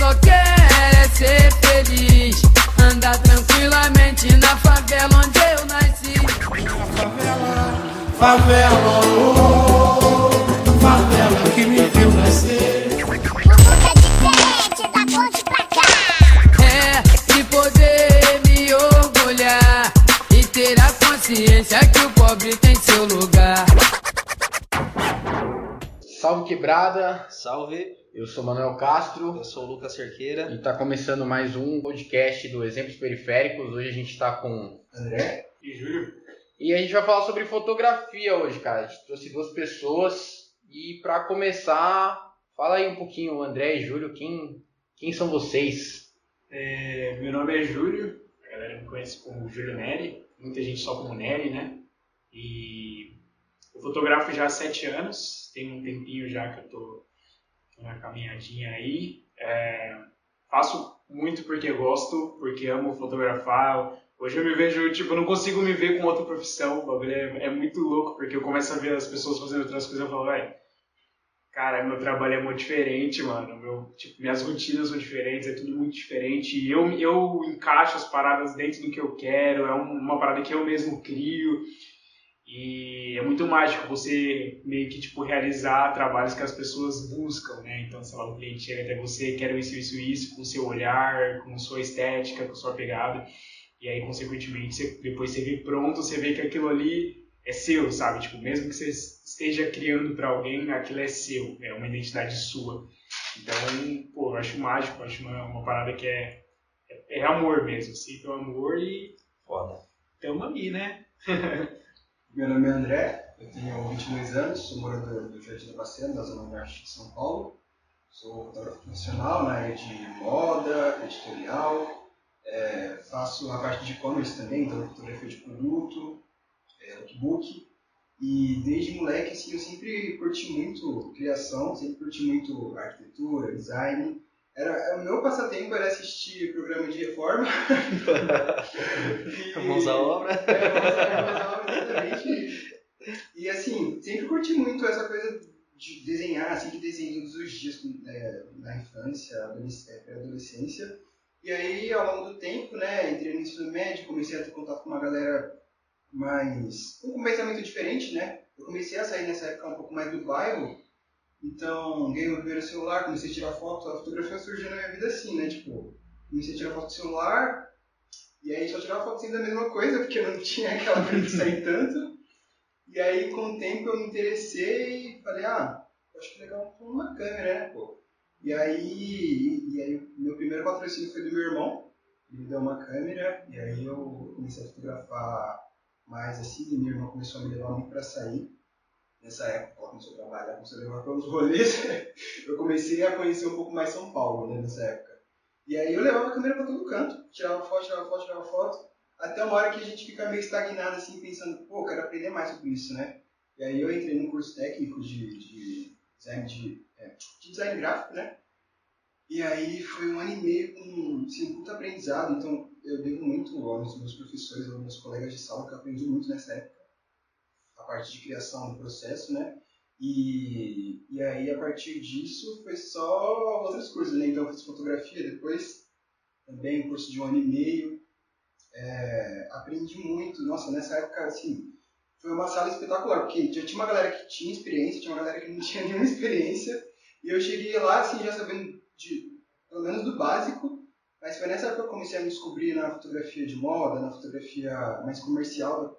só quer é ser feliz, andar tranquilamente na favela onde eu nasci. Favela, oh, favela que me viu nascer. Diferente da ponte pra cá. É, e poder me orgulhar e ter a consciência que o pobre tem seu lugar. Salve quebrada, Salve, eu sou Manuel Castro eu sou o Lucas Cerqueira. e está começando mais um podcast do Exemplos Periféricos. Hoje a gente está com André E Júlio? e a gente vai falar sobre fotografia hoje, cara. A gente trouxe duas pessoas e para começar, fala aí um pouquinho, André e Júlio, quem são vocês? Meu nome é Júlio, a galera me conhece como Júlio Neri, muita gente só como Neri, né? E eu fotografo já há 7 anos, tem um tempinho já que eu tô na caminhadinha aí. Faço muito porque gosto, porque amo fotografar. Hoje eu me vejo, eu não consigo me ver com outra profissão, o bagulho é muito louco, porque eu começo a ver as pessoas fazendo outras coisas e eu falo, cara, meu trabalho é muito diferente, mano. Minhas rotinas são diferentes, é tudo muito diferente. E eu encaixo as paradas dentro do que eu quero, é uma parada que eu mesmo crio. E é muito mágico você meio que realizar trabalhos que as pessoas buscam, né? Então, sei lá, o cliente chega até você, quer isso, com o seu olhar, com sua estética, com sua pegada. E aí, consequentemente, depois você vê pronto, você vê que aquilo ali é seu, sabe? Mesmo que você esteja criando para alguém, aquilo é seu, é uma identidade sua. Então, eu acho mágico, acho uma parada que é amor mesmo, sinto amor e Foda. tamo ali, né? Meu nome é André, eu tenho 22 anos, sou morador do Jardim da Bacena, da Zona Norte de São Paulo. Sou fotógrafo profissional na área de moda, editorial, faço a parte de e-commerce também, então fotografia de produto, lookbook. E desde moleque, assim, eu sempre curti muito criação, sempre curti muito arquitetura, design. O meu passatempo era assistir programa de reforma. Mãos à obra. Mãos à obra, exatamente. E assim, sempre curti muito essa coisa de desenhar, assim, que desenho todos os dias na infância, pré-adolescência. E aí, ao longo do tempo, né, entrei no ensino médio, comecei a ter contato com uma galera com um pensamento diferente, né? Eu comecei a sair nessa época um pouco mais do bairro. Então, ganhei meu primeiro celular, comecei a tirar foto. A fotografia surgiu na minha vida assim, né? Comecei a tirar foto do celular, e aí só tirava foto sempre da mesma coisa, porque eu não tinha aquela coisa de sair tanto. E aí, com o tempo, eu me interessei e falei, acho que legal uma câmera, né, pô? E aí, meu primeiro patrocínio foi do meu irmão. Ele me deu uma câmera, e aí eu comecei a fotografar mais assim, e minha irmã começou a me levar muito pra sair. Nessa época, ela começou a trabalhar, começou a levar para os rolês. Eu comecei a conhecer um pouco mais São Paulo, né, nessa época. E aí eu levava a câmera para todo canto, tirava foto, até uma hora que a gente fica meio estagnado assim, pensando, quero aprender mais sobre isso, né? E aí eu entrei num curso técnico de design gráfico, né? E aí foi 1 ano e meio com um puta aprendizado, então eu devo muito aos meus professores, aos meus colegas de sala, que eu aprendi muito nessa época. A parte de criação do processo, né? E aí, a partir disso, foi só outros cursos, né? Então, eu fiz fotografia, depois também um curso de 1 ano e meio. Aprendi muito. Nossa, nessa época, assim, foi uma sala espetacular, porque já tinha uma galera que tinha experiência, tinha uma galera que não tinha nenhuma experiência. E eu cheguei lá, assim, já sabendo pelo menos do básico, mas foi nessa época que eu comecei a me descobrir na fotografia de moda, na fotografia mais comercial.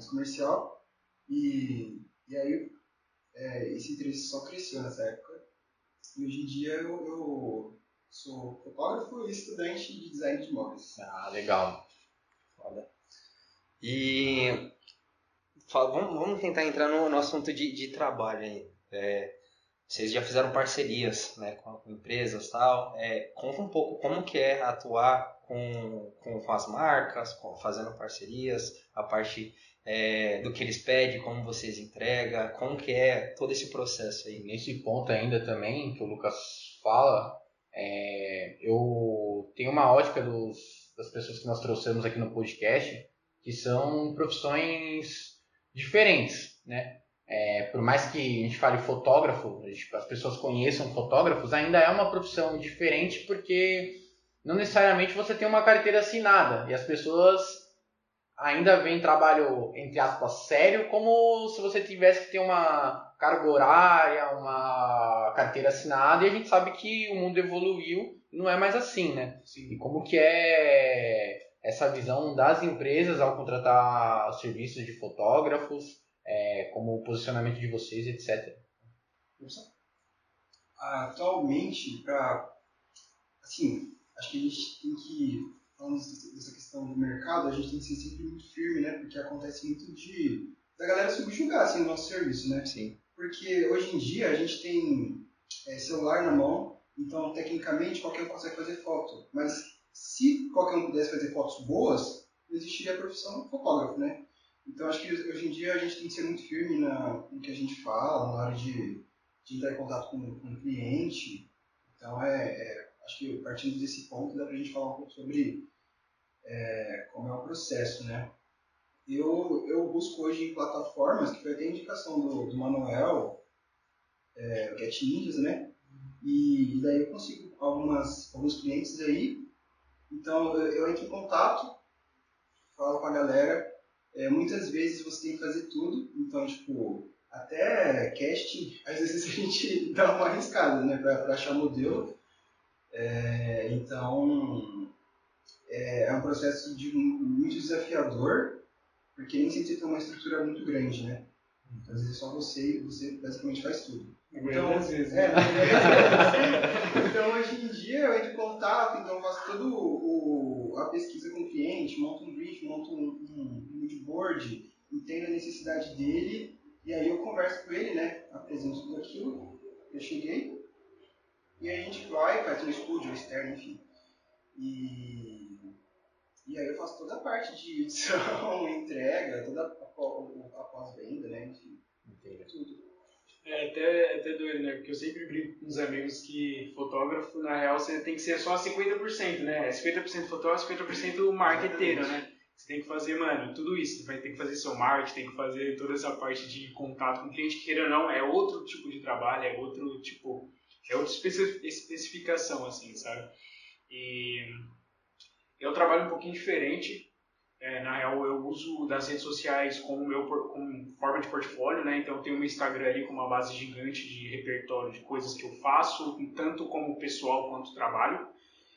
E aí esse interesse só cresceu nessa época. E hoje em dia eu sou fotógrafo e estudante de design de móveis. Legal. Foda. E vamos tentar entrar no assunto de trabalho aí. Vocês já fizeram parcerias, né, com empresas e tal. Conta um pouco como que é atuar com as marcas, fazendo parcerias, a parte do que eles pedem, como vocês entregam, como que é todo esse processo aí. Nesse ponto ainda também, que o Lucas fala, eu tenho uma ótica das pessoas que nós trouxemos aqui no podcast, que são profissões diferentes, né? por mais que a gente fale fotógrafo, as pessoas conheçam fotógrafos, ainda é uma profissão diferente porque não necessariamente você tem uma carteira assinada e as pessoas ainda veem trabalho, entre aspas, sério, como se você tivesse que ter uma carga horária, uma carteira assinada, e a gente sabe que o mundo evoluiu e não é mais assim, né? Sim. E como que é essa visão das empresas ao contratar serviços de fotógrafos, como o posicionamento de vocês, etc. Atualmente, assim, acho que a gente tem que, falando dessa questão do mercado, a gente tem que ser sempre muito firme, né? Porque acontece muito da galera subjugar, assim, o nosso serviço, né? Sim. Porque hoje em dia a gente tem celular na mão, então tecnicamente qualquer um consegue fazer foto. Mas se qualquer um pudesse fazer fotos boas, não existiria a profissão fotógrafo, né? Então acho que hoje em dia a gente tem que ser muito firme no que a gente fala, na hora de entrar em contato com o cliente. Então acho que partindo desse ponto dá pra gente falar um pouco sobre como é o processo, né? Eu busco hoje em plataformas, que foi até a indicação do Manuel, o Get Ninjas, né? E daí eu consigo alguns clientes aí. Então eu entro em contato, falo com a galera. Muitas vezes você tem que fazer tudo, então, tipo, até casting, às vezes a gente dá uma arriscada, né, pra achar modelo. Então, é um processo muito desafiador, porque nem sempre você tem uma estrutura muito grande, né? Então, às vezes é só você e você basicamente faz tudo. Então, às vezes, então, hoje em dia eu entro em contato, então eu faço toda a pesquisa com o cliente, monto um brief, monto um mood board, entendo a necessidade dele, e aí eu converso com ele, né? Apresento tudo aquilo, eu cheguei, e aí a gente vai, faz um estúdio externo, enfim. E aí eu faço toda a parte de edição, entrega, toda a pós-venda, né? Enfim, tudo. É até doido, né? Porque eu sempre brinco com os amigos que fotógrafo, na real, você tem que ser só 50%, né? 50% fotógrafo, 50% marqueteiro, né? Você tem que fazer, mano, tudo isso. Você vai ter que fazer seu marketing, tem que fazer toda essa parte de contato com o cliente, queira ou não, é outro tipo de trabalho, é outra especificação, assim, sabe? E eu trabalho um pouquinho diferente. Na real, eu uso das redes sociais como forma de portfólio, né? Então eu tenho um Instagram ali com uma base gigante de repertório de coisas que eu faço, tanto como pessoal quanto trabalho.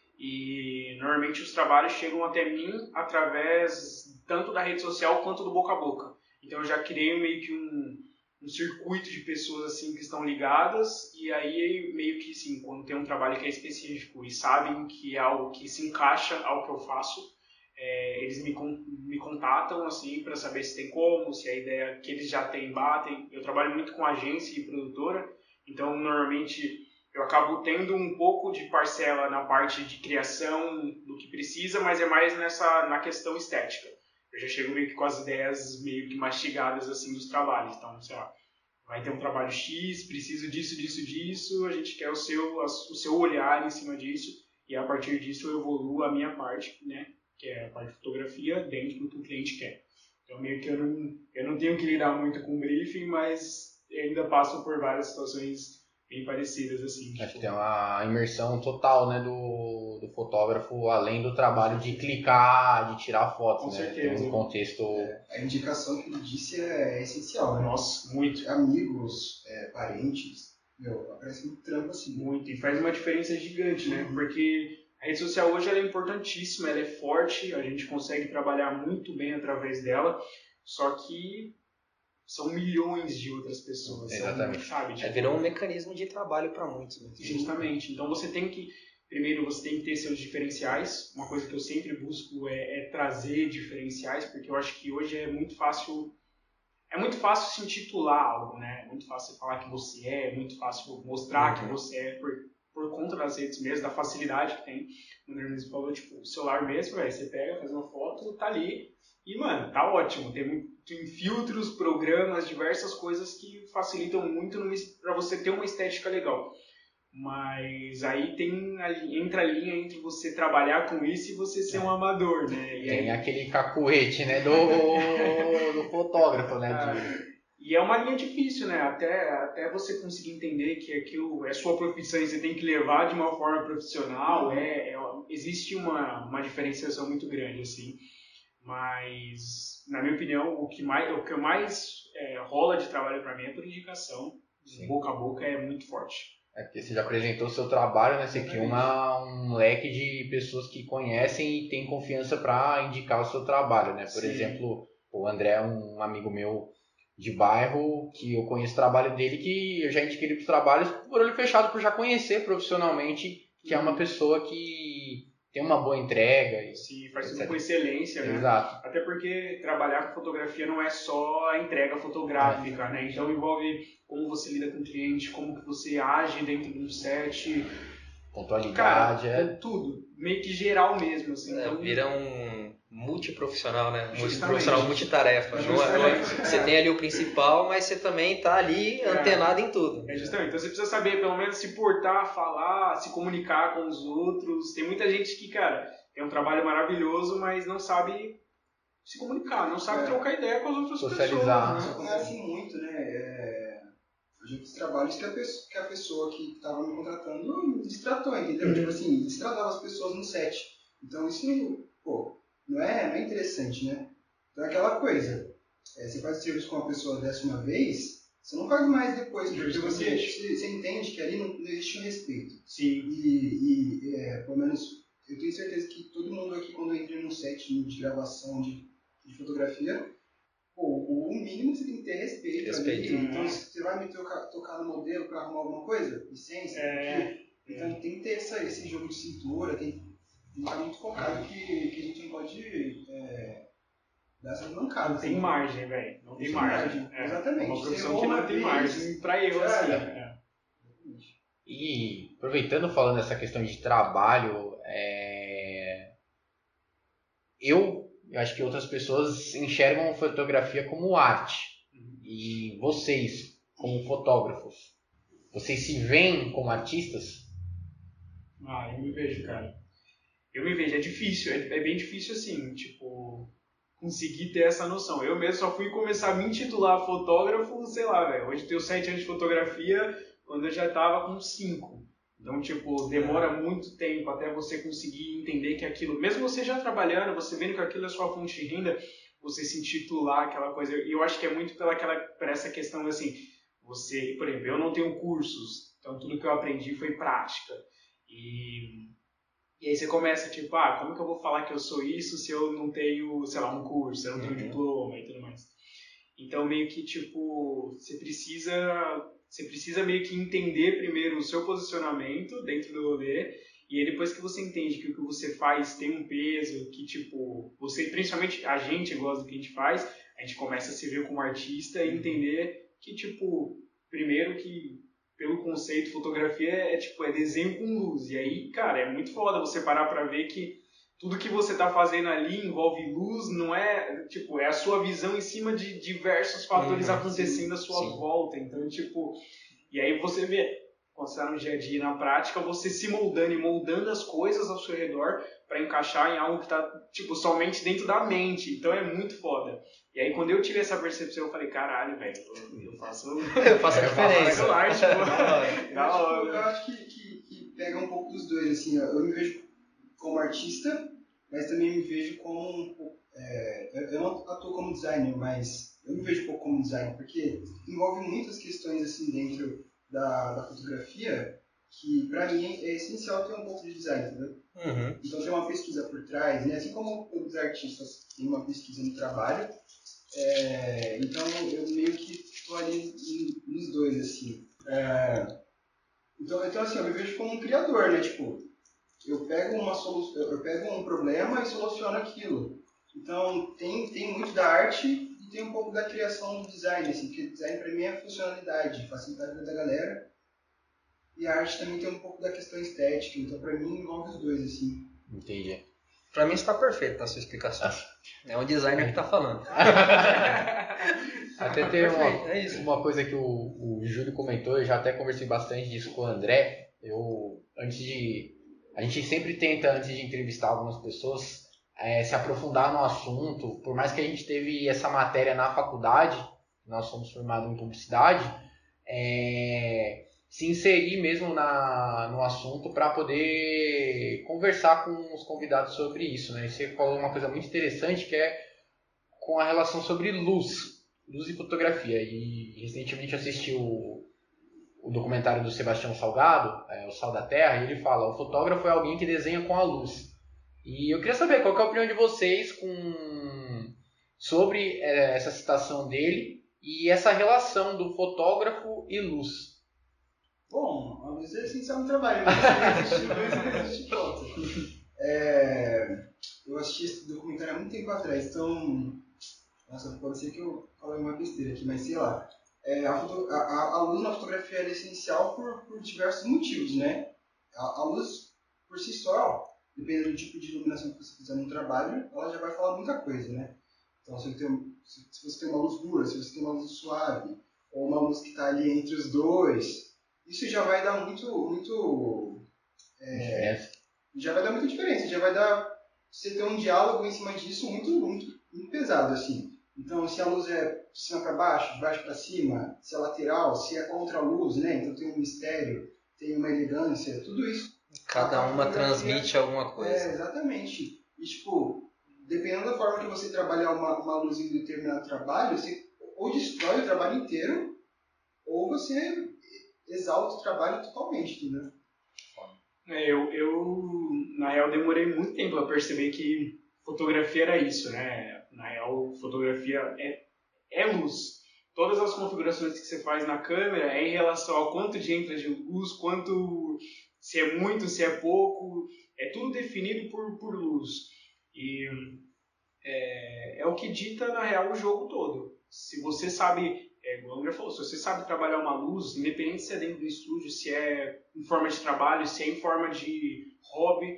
E normalmente os trabalhos chegam até mim através tanto da rede social quanto do boca a boca. Então eu já criei meio que um circuito de pessoas assim que estão ligadas, e aí meio que assim, quando tem um trabalho que é específico e sabem que é algo que se encaixa ao que eu faço, eles me contatam assim para saber se tem como, se a ideia que eles já têm batem. Eu trabalho muito com agência e produtora, então normalmente eu acabo tendo um pouco de parcela na parte de criação do que precisa, mas é mais na questão estética. Eu já chego meio que com as ideias meio que mastigadas assim dos trabalhos. Então, sei lá, vai ter um trabalho X, preciso disso, a gente quer o seu olhar em cima disso, e a partir disso eu evoluo a minha parte, né? Que é a parte de fotografia dentro do que o cliente quer. Então, meio que eu não tenho que lidar muito com briefing, mas ainda passo por várias situações bem parecidas, assim. Acho que tem uma imersão total, né, do fotógrafo, além do trabalho de clicar, de tirar fotos, Com né? certeza. Tem um contexto... A indicação que ele disse é essencial, né? Nossa, muito. Amigos, parentes, aparece muito trampo assim. Muito, e faz uma diferença gigante, né? Porque a rede social hoje ela é importantíssima, ela é forte, a gente consegue trabalhar muito bem através dela, só que são milhões de outras pessoas. Exatamente. Sabe? Tipo, Virou um mecanismo de trabalho para muitos. Né? Justamente. Então primeiro você tem que ter seus diferenciais. Uma coisa que eu sempre busco é trazer diferenciais, porque eu acho que hoje é muito fácil se intitular algo, né? É muito fácil falar que você é muito fácil mostrar que você é por conta das redes mesmo, da facilidade que tem. O Nermismo falou, tipo, o celular mesmo, véio, você pega, faz uma foto, tá ali, e, mano, tá ótimo. Tem filtros, programas, diversas coisas que facilitam muito pra você ter uma estética legal. Mas aí entra a linha entre você trabalhar com isso e você ser um amador, né? E tem aí... aquele cacuete, né, do fotógrafo, né? E é uma linha difícil, né? Até você conseguir entender que aquilo é sua profissão e você tem que levar de uma forma profissional, existe uma diferenciação muito grande, assim. Mas, na minha opinião, o que mais rola de trabalho para mim é por indicação. Sim. Boca a boca é muito forte. É porque você já apresentou o seu trabalho, né? Você cria um leque de pessoas que conhecem e têm confiança para indicar o seu trabalho, né? Por Sim. exemplo, o André é um amigo meu de bairro, que eu conheço o trabalho dele, que eu já indiquei ele para os trabalhos por olho fechado, por já conhecer profissionalmente, que é uma pessoa que tem uma boa entrega. E Sim, faz tudo etc. com excelência, né? Exato. Até porque trabalhar com fotografia não é só a entrega fotográfica, né? Então envolve como você lida com o cliente, como que você age dentro de um set. Pontualidade, Cara, tudo. Meio que geral mesmo, assim. Então, Vira um multiprofissional, né? Justamente. Multiprofissional, multitarefa. Justamente. Você tem ali o principal, mas você também tá ali antenado em tudo. Justamente. Então você precisa saber, pelo menos, se portar, falar, se comunicar com os outros. Tem muita gente que, cara, tem um trabalho maravilhoso, mas não sabe se comunicar, não sabe trocar ideia com as outras Socializar. pessoas. Isso acontece muito, né? Eu já fiz trabalhos que a pessoa que estava me contratando me destratou, entendeu? Tipo assim, destratava as pessoas no set. Então isso, pô, não é interessante, né? Então é aquela coisa, você faz o serviço com uma pessoa dessa uma vez, você não faz mais depois, porque você entende que ali não existe um respeito. Sim. E pelo menos, eu tenho certeza que todo mundo aqui, quando entra num set de gravação de fotografia, o mínimo você tem que ter respeito. Ali. Então, você vai me tocar no modelo para arrumar alguma coisa? Licença? Então, tem que ter esse jogo de cintura, tem que estar muito focado que a gente não pode dar essas mancadas. Não tem margem, velho. Não tem margem. Exatamente. Uma profissão que não tem margem para erro, assim. E, aproveitando, falando dessa questão de trabalho, eu acho que outras pessoas enxergam fotografia como arte. E vocês, como fotógrafos, vocês se veem como artistas? Eu me vejo, cara. Eu me vejo. É difícil. É bem difícil, assim, tipo, conseguir ter essa noção. Eu mesmo só fui começar a me intitular fotógrafo, sei lá, velho. Hoje eu tenho 7 anos de fotografia, quando eu já tava com 5. Então, tipo, demora muito tempo até você conseguir entender que aquilo, mesmo você já trabalhando, você vendo que aquilo é sua fonte de renda, você se intitular aquela coisa. E eu acho que é muito por essa questão, assim, você, por exemplo, eu não tenho cursos, então tudo que eu aprendi foi prática. E aí você começa, tipo, como que eu vou falar que eu sou isso se eu não tenho, sei lá, um curso, se eu não tenho diploma e tudo mais. Então, meio que, tipo, você precisa meio que entender primeiro o seu posicionamento dentro do rolê, e aí depois que você entende que o que você faz tem um peso, que tipo, principalmente a gente gosta do que a gente faz, a gente começa a se ver como artista e entender que, tipo, primeiro que pelo conceito fotografia é desenho com luz, e aí, cara, é muito foda você parar pra ver que tudo que você está fazendo ali envolve luz, não é, tipo, é a sua visão em cima de diversos fatores acontecendo à sua volta. Então, tipo, e aí você vê, quando você está no dia a dia, na prática, você se moldando e moldando as coisas ao seu redor para encaixar em algo que está, tipo, somente dentro da mente. Então é muito foda. E aí, quando eu tive essa percepção, eu falei, caralho, velho, eu faço a diferença. Eu acho que pega um pouco dos dois, assim, eu me vejo como artista, mas também me vejo como... eu não atuo como designer, mas eu me vejo um pouco como designer, porque envolve muitas questões assim dentro da fotografia que, pra mim, é essencial ter um pouco de design, entendeu? Então tem uma pesquisa por trás, né? Assim como os artistas têm uma pesquisa no trabalho, então eu meio que estou ali nos dois, assim. Então assim, eu me vejo como um criador, né? Tipo, eu pego um problema e soluciono aquilo. Então tem muito da arte e tem um pouco da criação do design, assim, porque design pra mim é funcionalidade, facilitar a vida da galera. E a arte também tem um pouco da questão estética, então pra mim envolve os dois, assim. Entendi. Pra mim está perfeito a sua explicação. É um designer que tá falando. Até tem uma coisa que o Júlio comentou, eu já até conversei bastante disso com o André. A gente sempre tenta, antes de entrevistar algumas pessoas, se aprofundar no assunto. Por mais que a gente teve essa matéria na faculdade, nós somos formados em publicidade, se inserir mesmo no assunto para poder conversar com os convidados sobre isso, né? E você falou uma coisa muito interessante que é com a relação sobre luz e fotografia. E recentemente assisti o documentário do Sebastião Salgado, O Sal da Terra, e ele fala: o fotógrafo é alguém que desenha com a luz. E eu queria saber qual que é a opinião de vocês sobre essa citação dele e essa relação do fotógrafo e luz. Bom, a luz é essencial no trabalho, né? Não existe foto. Eu assisti esse documentário há muito tempo atrás, então... Nossa, pode ser que eu falei uma besteira aqui, mas sei lá. A luz na fotografia é essencial por diversos motivos, né? A luz, por si só, dependendo do tipo de iluminação que você fizer no trabalho, ela já vai falar muita coisa, né? Então, se você tem uma luz dura, se você tem uma luz suave, ou uma luz que está ali entre os dois, isso já vai dar já vai dar muita diferença, já vai dar você ter um diálogo em cima disso muito pesado, assim. Então, se a luz é de cima para baixo, de baixo para cima, se é lateral, se é contra-luz, né? Então tem um mistério, tem uma elegância, tudo isso. Cada uma transmite alguma coisa. Exatamente. E, tipo, dependendo da forma que você trabalhar uma luz em determinado trabalho, você ou destrói o trabalho inteiro, ou você exalta o trabalho totalmente, entendeu? Eu, na real, demorei muito tempo a perceber que fotografia era isso, né? Na real, fotografia é luz. Todas as configurações que você faz na câmera é em relação ao quanto de entra de luz, se é muito, se é pouco, é tudo definido por luz. E é o que dita, na real, o jogo todo. Se você sabe, como o André falou, se você sabe trabalhar uma luz, independente se é dentro do estúdio, se é em forma de trabalho, se é em forma de hobby,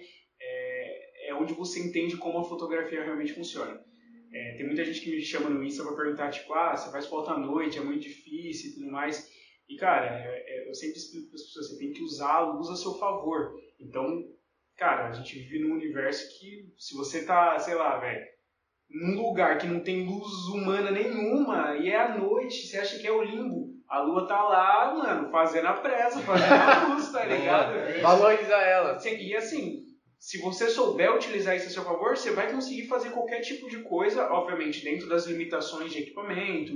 é onde você entende como a fotografia realmente funciona. Tem muita gente que me chama no Insta para perguntar, tipo, você faz foto à noite, é muito difícil e tudo mais. E, cara, eu sempre explico para as pessoas, você tem que usar a luz a seu favor. Então, cara, a gente vive num universo que, se você tá, sei lá, velho, num lugar que não tem luz humana nenhuma, e é à noite, você acha que é o limbo, a lua tá lá, mano, fazendo a pressa, fazendo a luz, tá ligado? Valoriza ela. E assim, se você souber utilizar isso a seu favor, você vai conseguir fazer qualquer tipo de coisa, obviamente dentro das limitações de equipamento,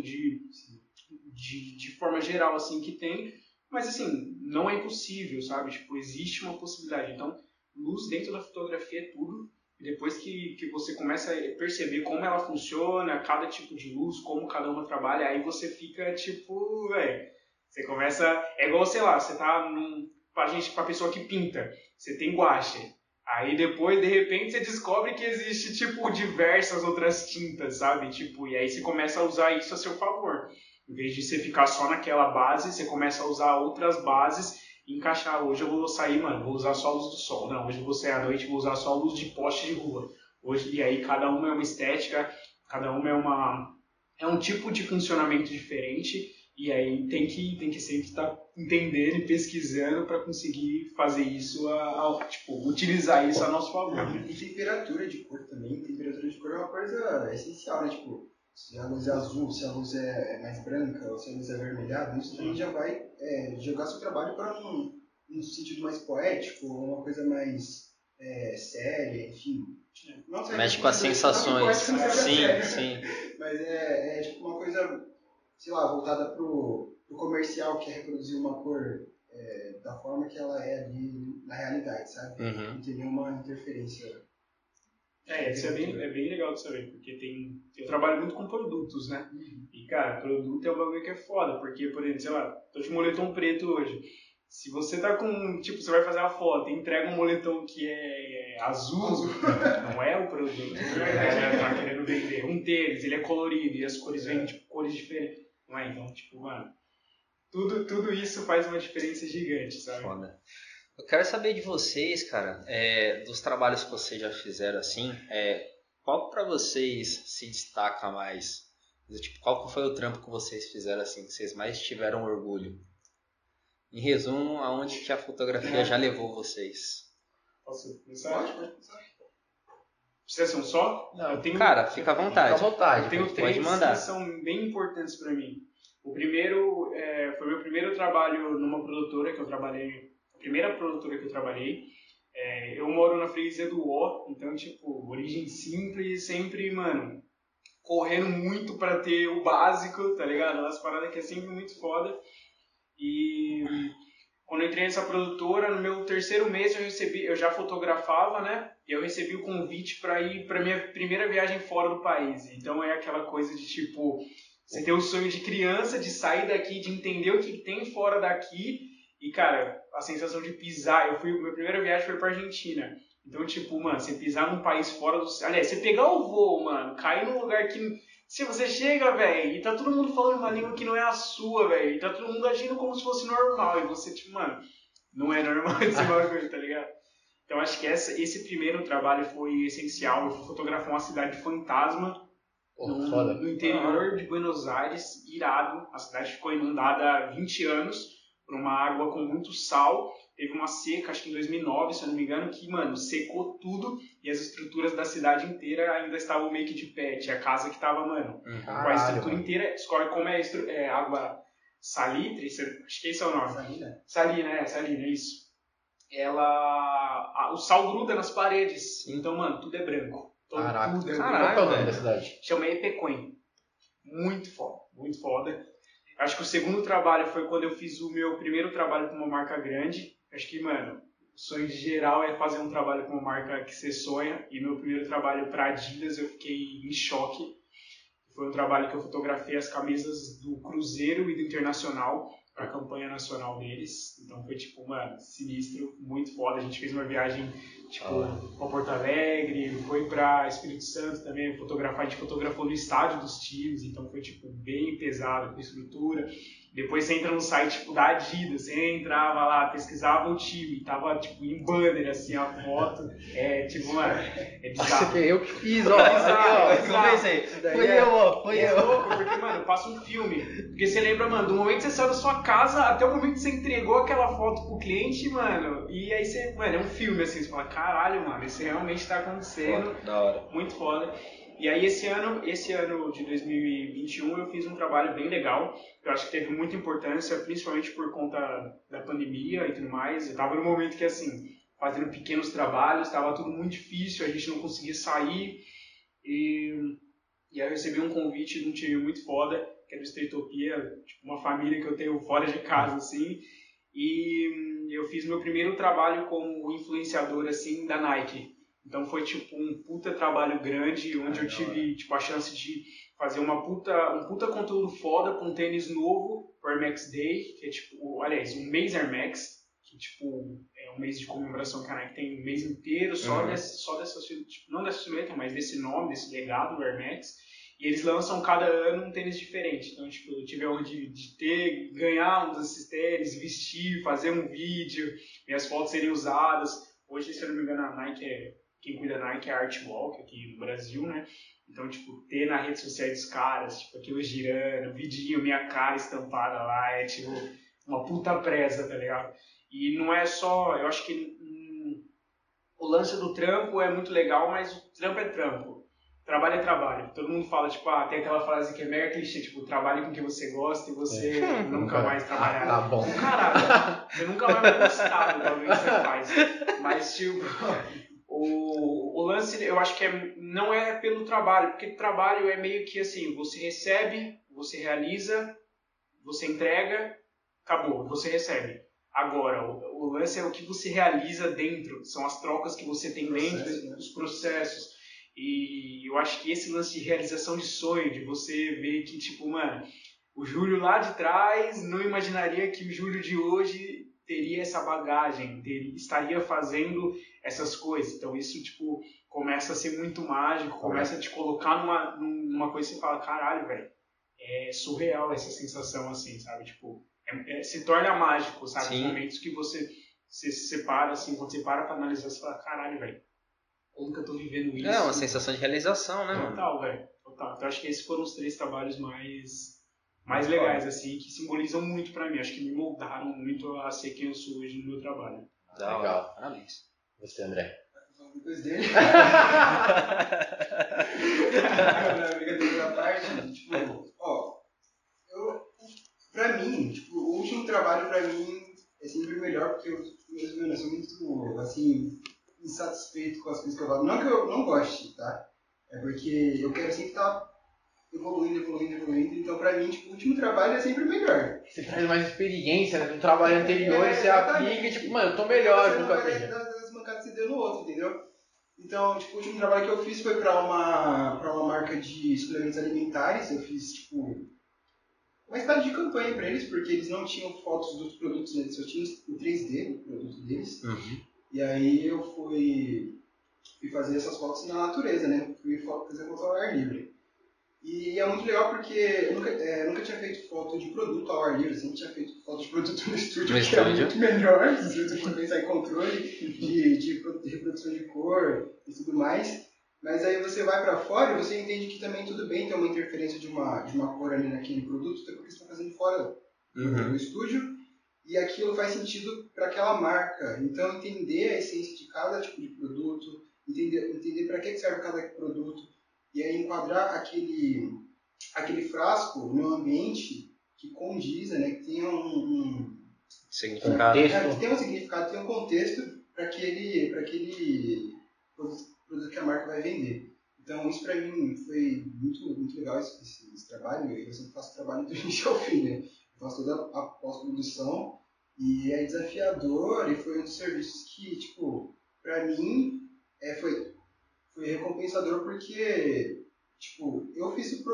de forma geral assim que tem, mas assim, não é impossível, sabe? Tipo, existe uma possibilidade. Então, luz dentro da fotografia é tudo. E depois que você começa a perceber como ela funciona, cada tipo de luz, como cada uma trabalha, aí você fica tipo, velho, você começa, é igual, sei lá, você tá pra pessoa que pinta, você tem guache. Aí depois, de repente, você descobre que existe, tipo, diversas outras tintas, sabe? Tipo, e aí você começa a usar isso a seu favor. Em vez de você ficar só naquela base, você começa a usar outras bases e encaixar. Hoje eu vou sair, mano, vou usar só a luz do sol. Não, hoje eu vou sair à noite, vou usar só a luz de poste de rua. E aí cada uma é uma estética, cada uma é um tipo de funcionamento diferente. E aí tem que sempre estar entendendo e pesquisando para conseguir fazer isso, tipo, utilizar isso a nosso favor. Né? E temperatura de cor também. Temperatura de cor é uma coisa essencial, né? Tipo, se a luz é azul, se a luz é mais branca, ou se a luz é avermelhada, isso também já vai jogar seu trabalho para um sentido mais poético, uma coisa mais séria, enfim. Mexe com as sensações. Sim. Mas é tipo uma coisa, sei lá, voltada pro comercial, que é reproduzir uma cor da forma que ela é ali na realidade, sabe? Não tem nenhuma interferência. Isso é bem legal de saber, porque eu trabalho muito com produtos, né? E, cara, produto é um bagulho que é foda, porque, por exemplo, sei lá, tô de moletom preto hoje. Se você tá com, tipo, você vai fazer uma foto e entrega um moletom que é azul, não é o produto que a galera tá querendo vender. Um tênis, ele é colorido e as cores vêm, tipo, cores diferentes. Não é? Então, tipo, mano, tudo isso faz uma diferença gigante, sabe? Foda. Eu quero saber de vocês, cara, dos trabalhos que vocês já fizeram assim, qual pra vocês se destaca mais? Tipo, qual que foi o trampo que vocês fizeram assim, que vocês mais tiveram orgulho? Em resumo, aonde que a fotografia já levou vocês? Posso começar? Pode começar. Precisa ser um só? Não, cara, fica à vontade. Fica à vontade. Eu tenho pode três mandar. que são bem importantes pra mim. O primeiro foi meu primeiro trabalho numa produtora que eu trabalhei, a primeira produtora que eu trabalhei. Eu moro na freguesia do Ó, então, tipo, origem simples, sempre, mano, correndo muito pra ter o básico, tá ligado? Umas paradas que é sempre muito foda. E quando eu entrei nessa produtora, no meu terceiro mês eu já fotografava, né? E eu recebi o convite para ir para minha primeira viagem fora do país. Então é aquela coisa de tipo, você tem o sonho de criança, de sair daqui, de entender o que tem fora daqui. E cara, a sensação de pisar, minha primeira viagem foi para Argentina. Então tipo, mano, você pisar num país fora do... Aliás, você pegar o voo, mano, cair num lugar que... Se você chega, velho, e tá todo mundo falando uma língua que não é a sua, velho, e tá todo mundo agindo como se fosse normal, e você, tipo, mano, não é normal esse bagulho, tá ligado? Então acho que esse primeiro trabalho foi essencial. Eu fui fotografar uma cidade fantasma no interior de Buenos Aires, irado. A cidade ficou inundada há 20 anos por uma água com muito sal. Teve uma seca, acho que em 2009, se eu não me engano, que, mano, secou tudo e as estruturas da cidade inteira ainda estavam meio que de pé. Tinha casa que tava, mano, com a estrutura inteira. Escolhe como é água salitre, acho que esse é o nome. Salina, isso. O sal gruda nas paredes. Então, mano, tudo é branco. Caraca, tudo é qual é o nome da cidade? Chama Epecoin. Muito foda, muito foda. Acho que o segundo trabalho foi quando eu fiz o meu primeiro trabalho com uma marca grande. Acho que, mano, o sonho de geral é fazer um trabalho com uma marca que você sonha. E meu primeiro trabalho para Adidas eu fiquei em choque. Foi um trabalho que eu fotografei as camisas do Cruzeiro e do Internacional para a campanha nacional deles. Então foi tipo, mano, sinistro, muito foda. A gente fez uma viagem tipo para Porto Alegre, foi para Espírito Santo também, a gente fotografou no estádio dos times, então foi tipo bem pesado com estrutura. Depois você entra no site tipo, da Adidas, você entrava lá, pesquisava o time, tava tipo em banner assim a foto, tipo, mano, é bizarro. Eu que fiz, ó. Comecei. Foi eu. É louco, porque, mano, passa um filme. Porque você lembra, mano, do momento que você saiu da sua casa até o momento que você entregou aquela foto pro cliente, mano, e aí você, mano, é um filme assim, você fala, caralho, mano, isso realmente tá acontecendo. Foda, da hora. Muito foda. E aí esse ano de 2021 eu fiz um trabalho bem legal, que eu acho que teve muita importância, principalmente por conta da pandemia e tudo mais. Eu tava num momento que, assim, fazendo pequenos trabalhos, tava tudo muito difícil, a gente não conseguia sair. E aí eu recebi um convite de um time muito foda, que é do Streetopia, tipo uma família que eu tenho fora de casa, assim. E eu fiz meu primeiro trabalho como influenciador, assim, da Nike. Então foi tipo um puta trabalho grande, onde eu tive tipo, a chance de fazer um puta conteúdo foda com um tênis novo pro Air Max Day, que é tipo, aliás, um mês Air Max, que tipo é um mês de comemoração que a Nike tem um mês inteiro só dessa tipo, não dessa silhueta, mas desse nome, desse legado do Air Max. E eles lançam cada ano um tênis diferente. Então, tipo, eu tive a honra de ganhar um desses tênis, vestir, fazer um vídeo, minhas fotos serem usadas. Hoje, se eu não me engano, a Nike quem cuida da Nike é a Artwalk aqui no Brasil, né? Então, tipo, ter na rede social dos caras, tipo, aquilo girando, vidinho, minha cara estampada lá, é tipo uma puta presa, tá ligado? E não é só, eu acho que o lance do trampo é muito legal, mas o trampo é trampo. Trabalho é trabalho. Todo mundo fala, tipo, tem aquela frase que é mega clichê, tipo, trabalhe com o que você gosta e você nunca mais trabalhar. Tá bom. Caralho, você nunca mais vai gostar do bagulho que você faz. Mas, tipo... O lance, eu acho que não é pelo trabalho, porque trabalho é meio que assim, você recebe, você realiza, você entrega, acabou, você recebe. Agora, o lance é o que você realiza dentro, são as trocas que você tem dentro, os processos. E eu acho que esse lance de realização de sonho, de você ver que, tipo, mano, o Júlio lá de trás não imaginaria que o Júlio de hoje teria essa bagagem, estaria fazendo essas coisas. Então isso, tipo, começa a ser muito mágico, começa a te colocar numa coisa que você fala, caralho, velho, é surreal essa sensação, assim, sabe? Tipo, se torna mágico, sabe? Sim. Os momentos que você se separa, assim, quando você para pra analisar, você fala, caralho, velho, como que eu tô vivendo isso? É uma sensação de realização, né, mano? Total, velho, total. Então acho que esses foram os 3 trabalhos mais legais, assim, que simbolizam muito pra mim. Acho que me moldaram muito a ser quem eu sou hoje no meu trabalho. Legal. Parabéns. Você, André? Depois dele. Brincadeira da parte, tipo, melhor, porque eu sou muito, assim, insatisfeito com as coisas que eu faço. Não que eu não goste, tá? É porque eu quero sempre estar evoluindo. Então, pra mim, tipo, o último trabalho é sempre o melhor. Você traz mais experiência, né? No trabalho anterior você aplica e, tipo, mano, eu tô melhor. Você não vai das mancadas que você deu no outro, entendeu? Então, tipo, o último trabalho que eu fiz foi pra uma marca de suplementos alimentares. Eu fiz, tipo, uma espécie de campanha pra eles, porque eles não tinham fotos dos produtos, né? Eles só tinham o 3D do produto deles. Uhum. E aí eu fui fazer essas fotos na natureza, né? Fui fazer foto ao ar livre. E é muito legal porque eu nunca tinha feito foto de produto ao ar livre, sempre tinha feito foto de produto no estúdio, que é muito melhor, se você for pensar em controle de reprodução de cor e tudo mais. Mas aí você vai para fora e você entende que também tudo bem ter uma interferência de uma cor ali naquele produto, até porque você está fazendo fora do estúdio, e aquilo faz sentido para aquela marca. Então entender a essência de cada tipo de produto, entender para que serve cada produto, e aí enquadrar aquele frasco no ambiente que condiza, né, que tenha um significado. Que tenha um significado, tenha um contexto para aquele produto que a marca vai vender. Então isso para mim foi muito legal esse trabalho. Eu sempre faço trabalho do início ao fim, né? Eu faço toda a pós-produção e é desafiador, e foi um dos serviços que, tipo, para mim foi recompensador, porque, tipo, eu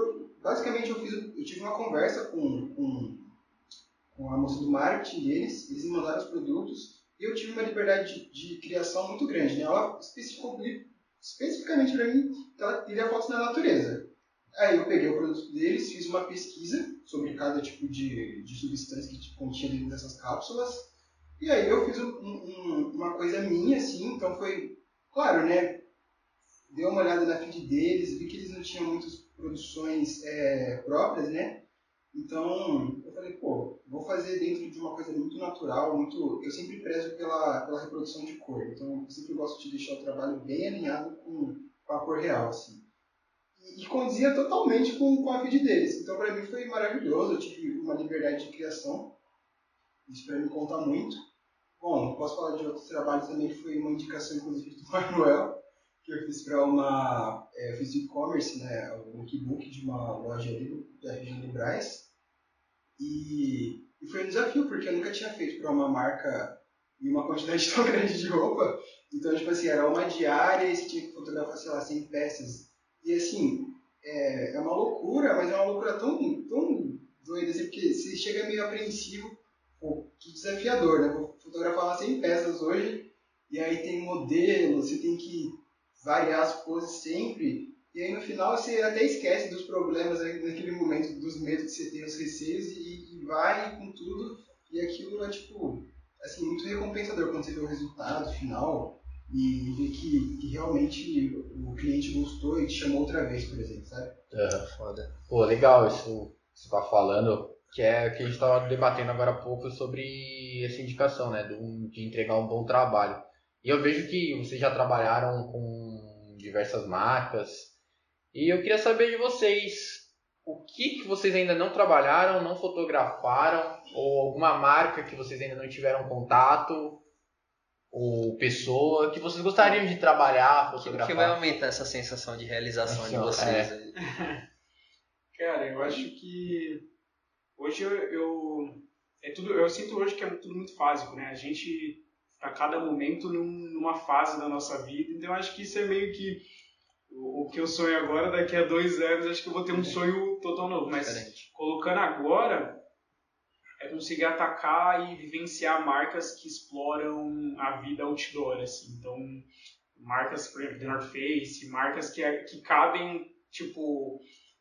tive uma conversa com a moça do marketing deles, eles me mandaram os produtos, e eu tive uma liberdade de criação muito grande, né? Ela especificou especificamente para mim que ela queria fotos na natureza. Aí eu peguei o produto deles, fiz uma pesquisa sobre cada tipo de substância que continha dentro dessas cápsulas, e aí eu fiz uma coisa minha, assim. Então foi, claro, né? Dei uma olhada na feed deles, vi que eles não tinham muitas produções próprias, né? Então eu falei, pô, vou fazer dentro de uma coisa muito natural, eu sempre prezo pela reprodução de cor. Então eu sempre gosto de deixar o trabalho bem alinhado com a cor real, assim. E condizia totalmente com a feed deles. Então para mim foi maravilhoso, eu tive uma liberdade de criação. Isso para mim conta muito. Bom, posso falar de outros trabalhos também, que foi uma indicação, inclusive, do Manuel, que eu fiz para eu fiz e-commerce, né, o lookbook de uma loja ali da região do Brás. E foi um desafio, porque eu nunca tinha feito para uma marca e uma quantidade tão grande de roupa. Então, tipo assim, era uma diária e você tinha que fotografar, sei lá, 100 peças. E assim, é uma loucura, mas é uma loucura tão doida, assim, porque você chega meio apreensivo. Pô, que desafiador, né? Vou fotografar umas 100 peças hoje, e aí tem modelo, você tem que variar as poses sempre, e aí no final você até esquece dos problemas aí naquele momento, dos medos que você tem, os receios, e vai com tudo, e aquilo é, tipo, assim, muito recompensador quando você vê o resultado final e vê que realmente o cliente gostou e te chamou outra vez, por exemplo, sabe? Foda. Pô, legal isso que você tá falando. Que é o que a gente estava debatendo agora há pouco sobre essa indicação, né, de entregar um bom trabalho. E eu vejo que vocês já trabalharam com diversas marcas, e eu queria saber de vocês, o que vocês ainda não trabalharam, não fotografaram, ou alguma marca que vocês ainda não tiveram contato, ou pessoa que vocês gostariam de trabalhar, fotografar. Que vai aumentar essa sensação de realização de vocês. Cara, eu acho que hoje eu sinto hoje que é tudo muito fásico, né? A gente está cada momento numa fase da nossa vida, então eu acho que isso é meio que o que eu sonho agora. Daqui a 2 anos acho que eu vou ter um sonho total novo, mas diferente. Colocando agora é conseguir atacar e vivenciar marcas que exploram a vida outdoor, assim. Então marcas, por exemplo, The North Face, marcas que cabem, tipo,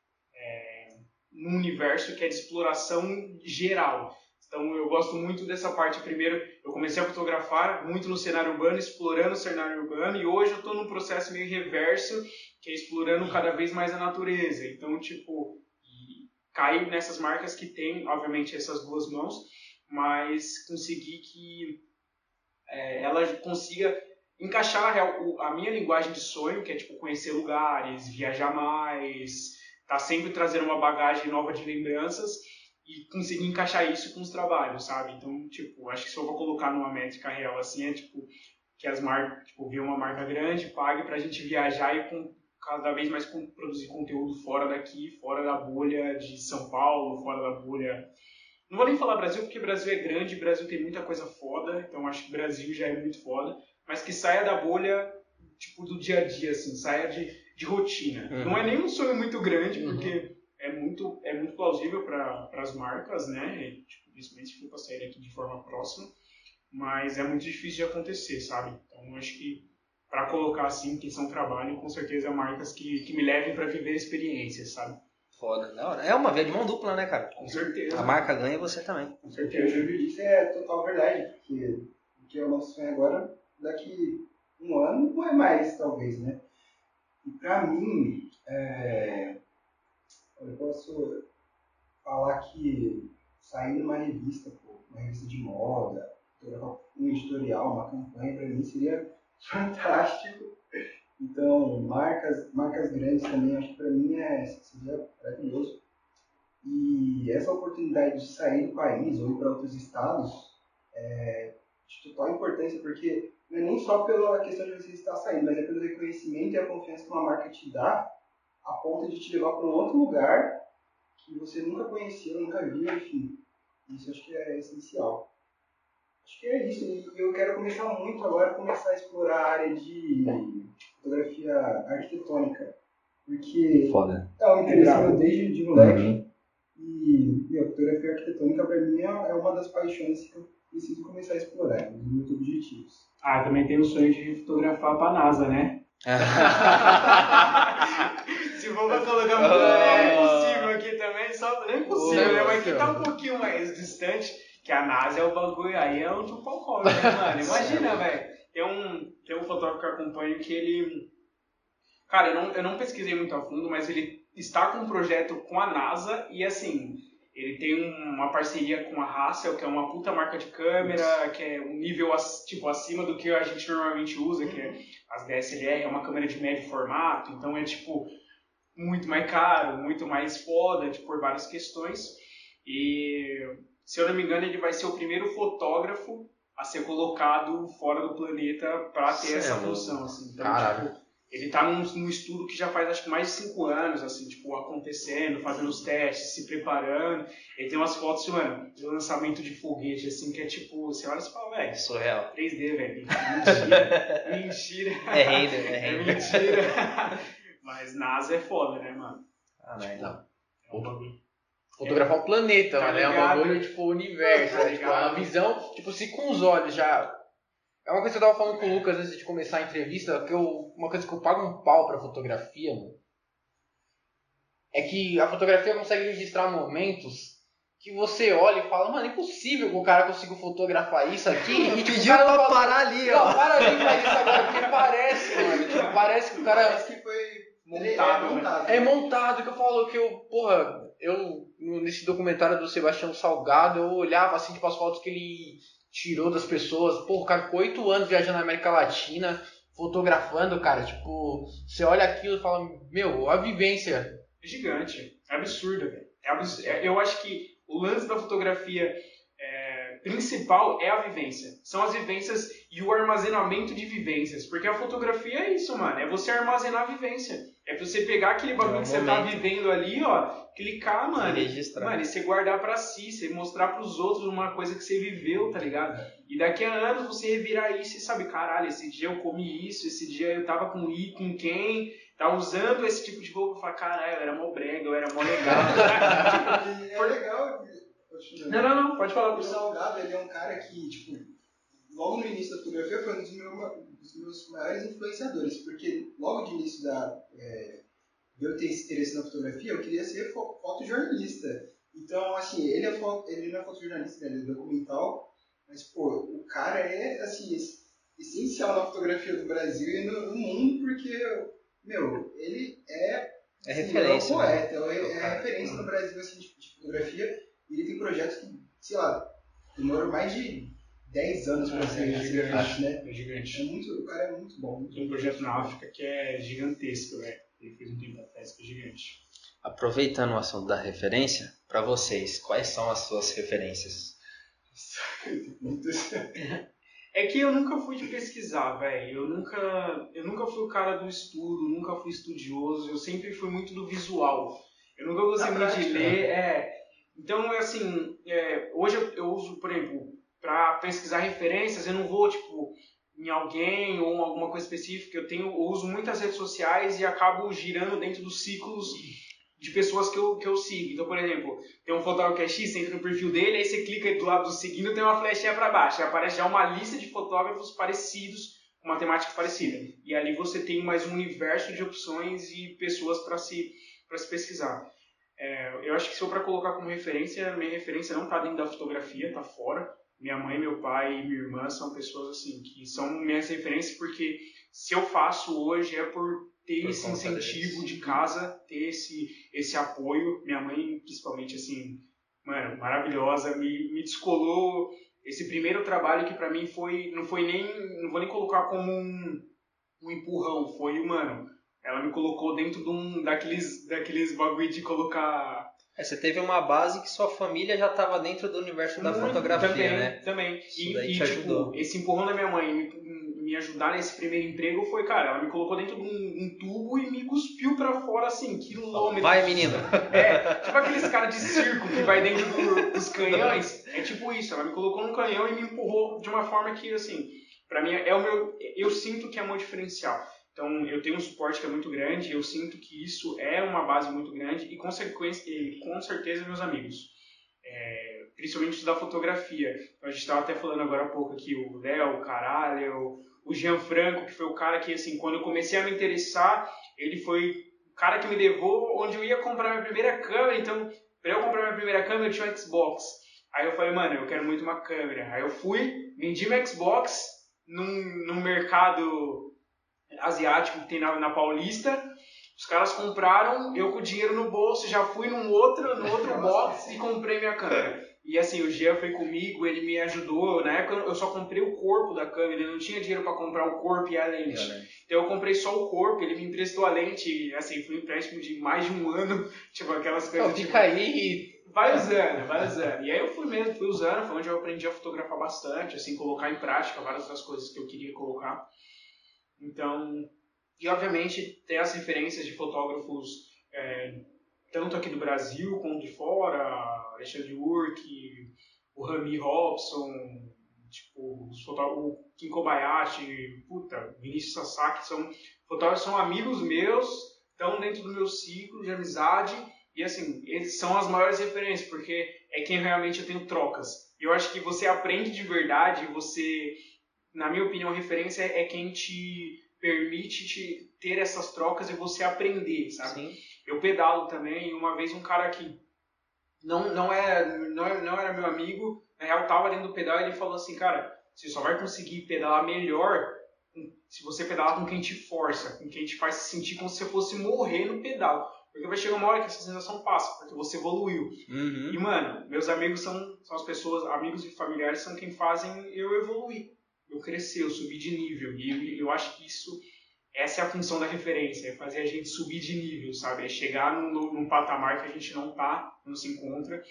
num universo que é de exploração geral. Então eu gosto muito dessa parte. Primeiro, eu comecei a fotografar muito no cenário urbano, explorando o cenário urbano, e hoje eu estou num processo meio reverso, que é explorando cada vez mais a natureza. Então, tipo, cair nessas marcas que tem, obviamente, essas duas mãos, mas conseguir que ela consiga encaixar a minha linguagem de sonho, que é tipo conhecer lugares, viajar mais, tá sempre trazendo uma bagagem nova de lembranças, e conseguir encaixar isso com os trabalhos, sabe? Então, tipo, acho que se eu vou colocar numa métrica real assim, é tipo, que as marcas, tipo, ver uma marca grande, pague pra gente viajar e cada vez mais produzir conteúdo fora daqui, fora da bolha de São Paulo, fora da bolha... Não vou nem falar Brasil, porque Brasil é grande, Brasil tem muita coisa foda, então acho que Brasil já é muito foda, mas que saia da bolha, tipo, do dia a dia, assim, saia de rotina. Não é nem um sonho muito grande, porque é muito plausível para as marcas, né? E, tipo, principalmente se for para sair aqui de forma próxima, mas é muito difícil de acontecer, sabe? Então acho que para colocar assim, que são trabalho, com certeza marcas que me levem para viver experiências, sabe? Foda. Não, é uma via de mão dupla, né, cara? Com certeza. A marca ganha e você também. Com Eu certeza. juro, isso é total verdade, porque o que é o nosso sonho agora, daqui um ano, não é mais, talvez, né? E pra mim, eu posso falar que sair numa revista, pô, uma revista de moda, um editorial, uma campanha, pra mim seria fantástico. Então, marcas grandes também, acho que pra mim seria maravilhoso. E essa oportunidade de sair do país ou ir para outros estados é de total importância, porque não é nem só pela questão de você estar saindo, mas é pelo reconhecimento e a confiança que uma marca te dá, a ponto de te levar para um outro lugar que você nunca conheceu, nunca viu, enfim. Isso acho que é essencial. Acho que é isso. E eu quero começar a explorar a área de fotografia arquitetônica. Porque Foda. é um interesse meu desde de moleque. E a fotografia arquitetônica, para mim, é uma das paixões que eu preciso começar a explorar, um dos meus objetivos. Ah, também tem o sonho de fotografar para a NASA, né? Se for pra colocar um plano impossível aqui também, só não é impossível, né? Mas que tá um pouquinho mais distante, que a NASA é o bagulho, aí é um tupacol, né, mano? Imagina, velho. Tem um fotógrafo que eu acompanho que ele... Cara, eu não pesquisei muito a fundo, mas ele está com um projeto com a NASA e, assim, ele tem uma parceria com a Hassel, que é uma puta marca de câmera, que é um nível, tipo, acima do que a gente normalmente usa, que é as DSLR, é uma câmera de médio formato, então é, tipo, muito mais caro, muito mais foda, tipo, por várias questões. E, se eu não me engano, ele vai ser o primeiro fotógrafo a ser colocado fora do planeta para ter essa função, assim. Então, tipo, ele tá num estudo que já faz, acho que mais de 5 anos, assim, tipo, acontecendo, fazendo os testes, se preparando. Ele tem umas fotos, mano, de lançamento de foguete, assim, que é tipo, você olha e fala, velho, surreal. 3D, velho. Mentira. É render. É mentira. Mas NASA é foda, né, mano? Não. É um bagulho. Fotografar o planeta, Tá mano, é um ligado? bagulho, tipo, o universo, Tá né? Tipo, é uma visão, tipo, se com os olhos já... É uma coisa que eu tava falando com o Lucas antes de começar a entrevista, que uma coisa que eu pago um pau pra fotografia, mano, é que a fotografia consegue registrar momentos que você olha e fala, mano, é impossível que o cara consiga fotografar isso aqui. E tipo, Pediu pra parar ali, ó. Não, para ali e faz isso agora, porque parece, mano. Tipo, parece que o cara... Parece que foi montado. É montado, que eu falo que nesse documentário do Sebastião Salgado, eu olhava assim, tipo, as fotos que ele tirou das pessoas. Pô, o cara ficou 8 anos viajando na América Latina, fotografando, cara. Tipo, você olha aquilo e fala, meu, a vivência. É gigante. É absurdo, velho. Eu acho que o lance da fotografia principal é a vivência. São as vivências e o armazenamento de vivências. Porque a fotografia é isso, mano. É você armazenar a vivência. É você pegar aquele bagulho que você tá vivendo ali, ó, clicar, mano. E registrar. Mano, e você guardar pra si, você mostrar pros outros uma coisa que você viveu, tá ligado? E daqui a anos você revirar isso e sabe, caralho, esse dia eu comi isso, esse dia eu tava com quem, tá usando esse tipo de roupa, e fala, caralho, eu era mó brega, eu era mó legal. É legal. Não, pode falar. O Salgado, ele é um cara que, tipo, logo no início da fotografia foi um dos meus maiores influenciadores, porque logo de início de eu ter esse interesse na fotografia, eu queria ser fotojornalista. Então, assim, ele não é fotojornalista, ele é documental, mas, pô, o cara é, assim, essencial na fotografia do Brasil e no mundo, porque, meu, ele é referência. É um poeta, é referência no Brasil, assim, de fotografia. E ele tem projetos que, sei lá, demoram mais de 10 anos para ser gigante, né? É gigante. O cara é muito bom. Tem um projeto na África que é gigantesco, velho. Ele fez um tempo atrás que é gigante. Aproveitando o assunto da referência, para vocês, quais são as suas referências? É que eu nunca fui de pesquisar, velho. Eu nunca fui o cara do estudo, nunca fui estudioso. Eu sempre fui muito do visual. Eu nunca gostei muito de ler. Então, assim, hoje eu uso, por exemplo, para pesquisar referências, eu não vou, tipo, em alguém ou em alguma coisa específica. Eu uso muitas redes sociais e acabo girando dentro dos ciclos de pessoas que eu sigo. Então, por exemplo, tem um fotógrafo que é X, você entra no perfil dele, aí você clica do lado do seguindo, tem uma flechinha para baixo, aí aparece já uma lista de fotógrafos parecidos, com uma temática parecida. E ali você tem mais um universo de opções e pessoas para se pesquisar. Eu acho que se for para colocar como referência, minha referência não está dentro da fotografia, está fora. Minha mãe, meu pai e minha irmã são pessoas assim que são minhas referências, porque se eu faço hoje é por ter esse incentivo de casa, ter esse apoio. Minha mãe, principalmente, assim, mano, maravilhosa, me descolou. Esse primeiro trabalho que pra mim não vou nem colocar como um empurrão, foi, mano, ela me colocou dentro de daqueles bagulho de colocar... Você teve uma base que sua família já estava dentro do universo da fotografia, também, né? Também. Isso daí te ajudou. Esse empurrão da minha mãe me ajudar nesse primeiro emprego foi, cara, ela me colocou dentro de um tubo e me cuspiu pra fora, assim, quilômetros. Vai, menino! Tipo aqueles caras de circo que vai dentro dos canhões. É tipo isso, ela me colocou num canhão e me empurrou de uma forma que, assim, pra mim eu sinto que é meu diferencial. Então, eu tenho um suporte que é muito grande, eu sinto que isso é uma base muito grande e, com certeza, meus amigos. Principalmente os da fotografia. A gente estava até falando agora há pouco aqui, o Léo, o Caralho, o Gianfranco, que foi o cara que, assim, quando eu comecei a me interessar, ele foi o cara que me levou onde eu ia comprar minha primeira câmera. Então, para eu comprar minha primeira câmera, eu tinha um Xbox. Aí eu falei, mano, eu quero muito uma câmera. Aí eu fui, vendi meu Xbox num mercado asiático que tem na Paulista. Os caras compraram, eu com o dinheiro no bolso, já fui no outro box e comprei minha câmera. E assim, o Jean foi comigo, ele me ajudou. Na época eu só comprei o corpo da câmera, eu não tinha dinheiro para comprar o corpo e a lente. Então eu comprei só o corpo, ele me emprestou a lente, assim, foi um empréstimo de mais de um ano, tipo aquelas coisas. Fica aí. Vai usando. E aí eu fui usando, foi onde eu aprendi a fotografar bastante, assim, colocar em prática várias das coisas que eu queria colocar. Então, e obviamente tem as referências de fotógrafos tanto aqui do Brasil quanto de fora, Alexandre Urk, o Rami Robson, tipo, o Kim Kobayashi, Vinícius Sasaki, são fotógrafos, são amigos meus, estão dentro do meu ciclo de amizade e assim, eles são as maiores referências, porque é quem realmente eu tenho trocas. E eu acho que você aprende de verdade, na minha opinião, a referência é quem te permite te ter essas trocas e você aprender, sabe? Sim. Eu pedalo também, e uma vez um cara que não era meu amigo, na real tava dentro do pedal, e ele falou assim, cara, você só vai conseguir pedalar melhor se você pedalar com quem te força, com quem te faz se sentir como se você fosse morrer no pedal. Porque vai chegar uma hora que essa sensação passa, porque você evoluiu. Uhum. E, mano, meus amigos são as pessoas, amigos e familiares são quem fazem eu evoluir. Eu crescer, eu subir de nível. E eu acho que essa é a função da referência, é fazer a gente subir de nível, sabe? É chegar num patamar que a gente não se encontra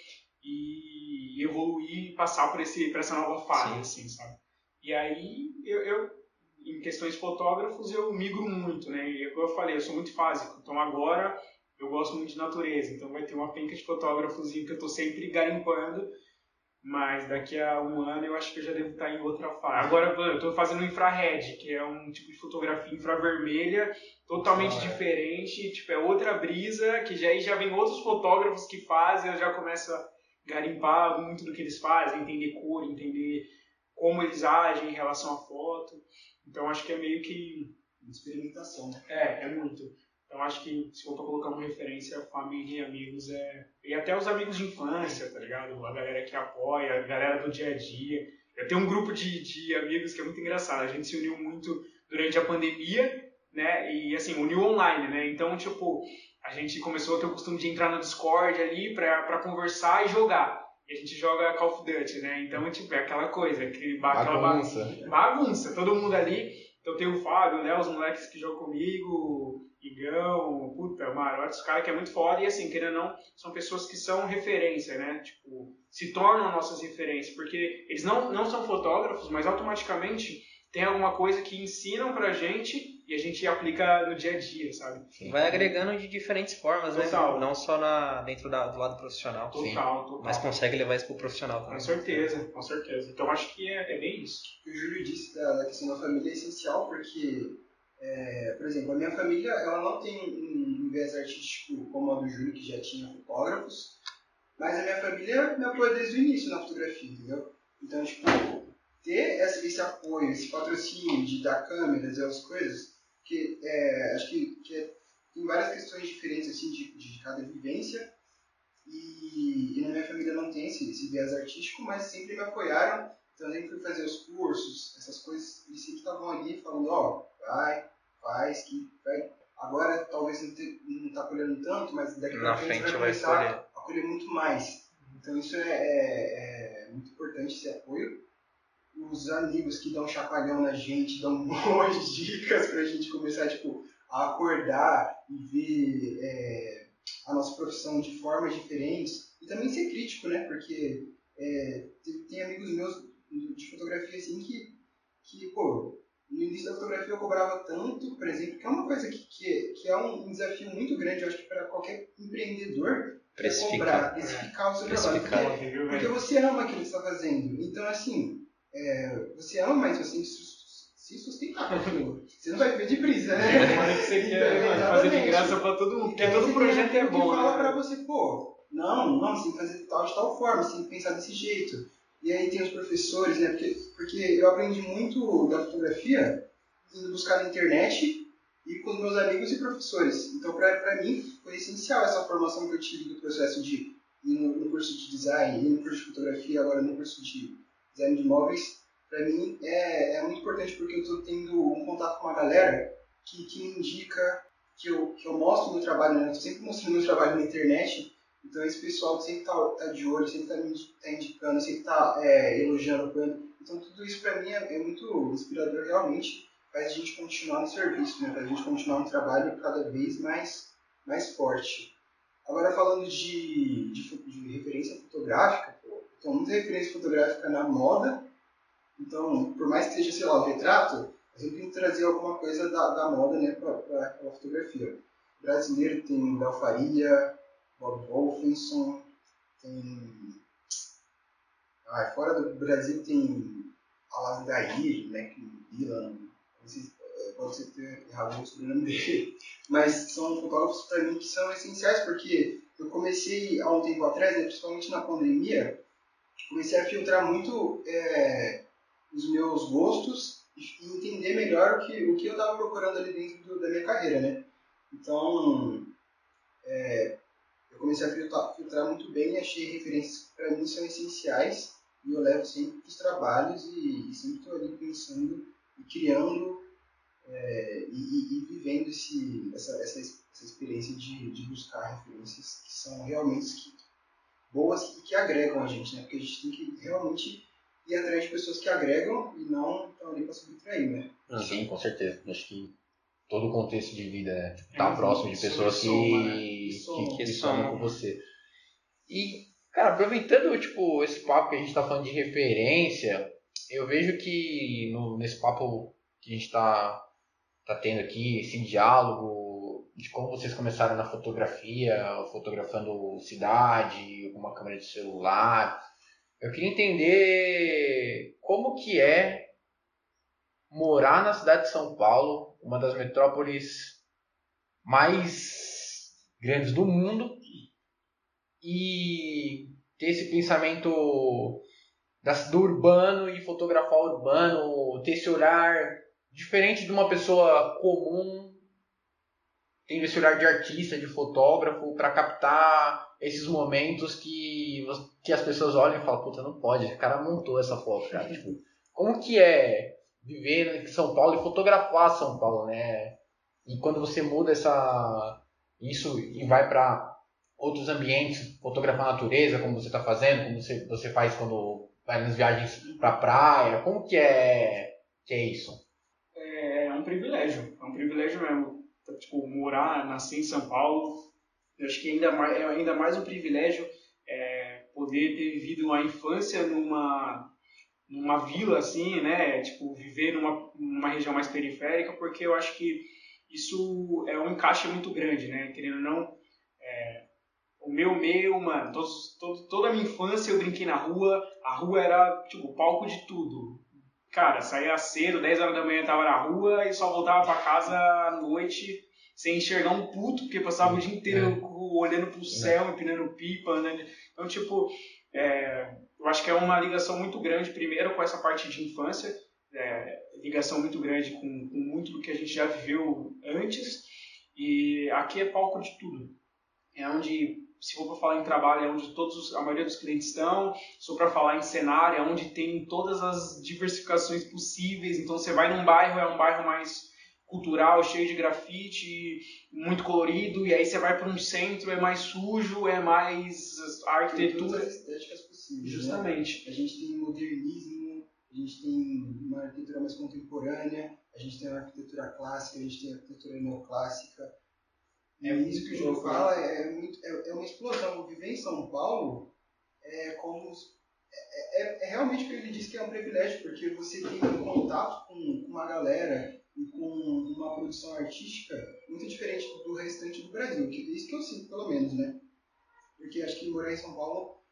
e evoluir e passar por essa nova fase, assim, sabe? E aí, eu em questões de fotógrafos, eu migro muito, né? E como eu falei, eu sou muito fásico. Então agora, eu gosto muito de natureza. Então vai ter uma penca de fotógrafos que eu tô sempre garimpando. Mas daqui a um ano eu acho que eu já devo estar em outra fase. Agora eu estou fazendo infrared, que é um tipo de fotografia infravermelha, totalmente diferente, tipo, é outra brisa, que já vem outros fotógrafos que fazem, eu já começo a garimpar muito do que eles fazem, entender cor, entender como eles agem em relação à foto. Então acho que é meio que experimentação, né? É muito. Então acho que se for pra colocar uma referência, família e amigos e até os amigos de infância, tá ligado? A galera que apoia, a galera do dia a dia. Eu tenho um grupo de amigos que é muito engraçado. A gente se uniu muito durante a pandemia, né? E assim, uniu online, né? Então, tipo, a gente começou a ter o costume de entrar no Discord ali pra conversar e jogar. E a gente joga Call of Duty, né? Então, tipo, é aquela coisa, bagunça, todo mundo ali. Então tem o Fábio, né, os moleques que jogam comigo, Igão, puta, Marote, os caras que é muito foda. E assim, querendo ou não, são pessoas que são referência, né? Tipo, se tornam nossas referências. Porque eles não são fotógrafos, mas automaticamente tem alguma coisa que ensinam pra gente e a gente aplica no dia a dia, sabe? Vai agregando de diferentes formas, Total. né? Não só dentro do lado profissional. Total. Mas consegue levar isso pro profissional também. Com certeza. Então acho que é bem isso. O que o Júlio disse da questão da família é essencial, porque, por exemplo, a minha família ela não tem um viés artístico como a do Júlio, que já tinha fotógrafos, mas a minha família me apoia desde o início na fotografia, entendeu? Então, tipo, ter esse apoio, esse patrocínio de dar câmeras e outras coisas, que acho que tem várias questões diferentes assim, de cada vivência, e na minha família não tem esse viés artístico, mas sempre me apoiaram. Então eu sempre fui fazer os cursos, essas coisas, eles sempre estavam ali falando, faz, que vai. Agora talvez não está colhendo tanto, mas daqui Na pra frente vai começar a colher muito mais. Então isso é muito importante, esse apoio. Os amigos que dão chacoalhão na gente, dão um monte de dicas pra gente começar, tipo, a acordar e ver a nossa profissão de formas diferentes. E também ser crítico, né? Porque tem amigos meus de fotografia, assim, que pô, no início da fotografia eu cobrava tanto, por exemplo, que é uma coisa que é um desafio muito grande, eu acho que para qualquer empreendedor, precificar o seu trabalho. Porque você ama aquilo que você está fazendo. Então, assim, você ama, mas você tem que se sustentar com aquilo. Você não vai viver de brisa, né? Você quer fazer de graça para todo mundo, porque todo projeto é bom. Que fala para você, pô, não, você tem que fazer de tal forma, você tem que pensar desse jeito. E aí tem os professores, né? Porque eu aprendi muito da fotografia indo buscar na internet e com os meus amigos e professores. Então, para mim, foi essencial essa formação que eu tive do processo de ir no curso de design, ir no curso de fotografia, agora no curso de design de imóveis. Para mim, é muito importante porque eu estou tendo um contato com uma galera que me indica, que eu mostro o meu trabalho, né? Eu estou sempre mostrando o meu trabalho na internet. Então esse pessoal sempre tá de olho, sempre tá indicando, sempre tá elogiando. Então tudo isso para mim é muito inspirador, realmente faz a gente continuar no serviço, né? Faz a gente continuar no trabalho cada vez mais forte. Agora falando de referência fotográfica, tem muita referência fotográfica na moda, então por mais que seja, sei lá, o retrato, a gente tem que trazer alguma coisa da moda, né, para a fotografia. O brasileiro tem Léo Faria, Bob Wolfenson, tem... fora do Brasil tem Alas Dair, né, Dylan, pode ser ter errado o sobrenome dele, mas são fotógrafos para mim que são essenciais, porque eu comecei há um tempo atrás, né, principalmente na pandemia, comecei a filtrar muito os meus gostos e entender melhor o que eu estava procurando ali dentro da minha carreira, né. Então, eu comecei a filtrar muito bem e achei referências que para mim são essenciais e eu levo sempre para os trabalhos e sempre estou ali pensando e criando e vivendo essa experiência de buscar referências que são realmente boas e que agregam a gente, né? Porque a gente tem que realmente ir atrás de pessoas que agregam e não estão ali para subtrair, né? Sim, com certeza. Acho que todo o contexto de vida é estar próximo de pessoas que somam com você. E, cara, aproveitando esse papo que a gente está falando de referência, eu vejo que nesse papo que a gente está tendo aqui, esse diálogo de como vocês começaram na fotografia, fotografando cidade, com uma câmera de celular, eu queria entender como que é morar na cidade de São Paulo, uma das metrópoles mais grandes do mundo, e ter esse pensamento do urbano e fotografar o urbano, ter esse olhar diferente de uma pessoa comum, tendo esse olhar de artista, de fotógrafo, para captar esses momentos que as pessoas olham e falam, puta, não pode, o cara montou essa foto, cara. Tipo, como que é viver em São Paulo e fotografar São Paulo, né? E quando você muda isso e vai para outros ambientes, fotografar a natureza, como você está fazendo, como você faz quando vai nas viagens para praia, como que é isso? um privilégio mesmo. Tipo, morar, nascer em São Paulo, eu acho que é ainda mais um privilégio poder ter vivido uma infância numa vila, assim, né? Tipo, viver numa região mais periférica, porque eu acho que isso é um encaixe muito grande, né? Querendo ou não, o meu meio, mano, toda a minha infância eu brinquei na rua, a rua era, tipo, palco de tudo. Cara, saía cedo, 10 horas da manhã tava na rua e só voltava pra casa à noite sem enxergar um puto, porque passava o dia inteiro olhando pro céu, empinando pipa, né? Então, tipo, eu acho que é uma ligação muito grande, primeiro, com essa parte de infância, ligação muito grande com muito do que a gente já viveu antes, e aqui é palco de tudo. É onde, se for para falar em trabalho, é onde a maioria dos clientes estão. Se for para falar em cenário, é onde tem todas as diversificações possíveis. Então você vai num bairro, é um bairro mais cultural, cheio de grafite, muito colorido, e aí você vai para um centro, é mais sujo, é mais arquitetura. Todas as estéticas possíveis. Justamente. Né? A gente tem modernismo, a gente tem uma arquitetura mais contemporânea, a gente tem uma arquitetura clássica, a gente tem a arquitetura neoclássica. Isso que o João fala é uma explosão. Viver em São Paulo é realmente o que ele diz que é um privilégio, porque você tem um contato com uma galera e com uma produção artística muito diferente do restante do Brasil. Isso que eu sinto, pelo menos, né? Porque acho que morar em São Paulo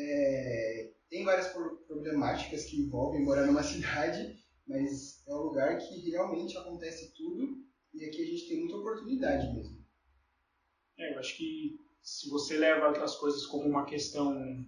tem várias problemáticas que envolvem morar numa cidade, mas é um lugar que realmente acontece tudo e aqui a gente tem muita oportunidade mesmo. Eu acho que se você leva as coisas como uma questão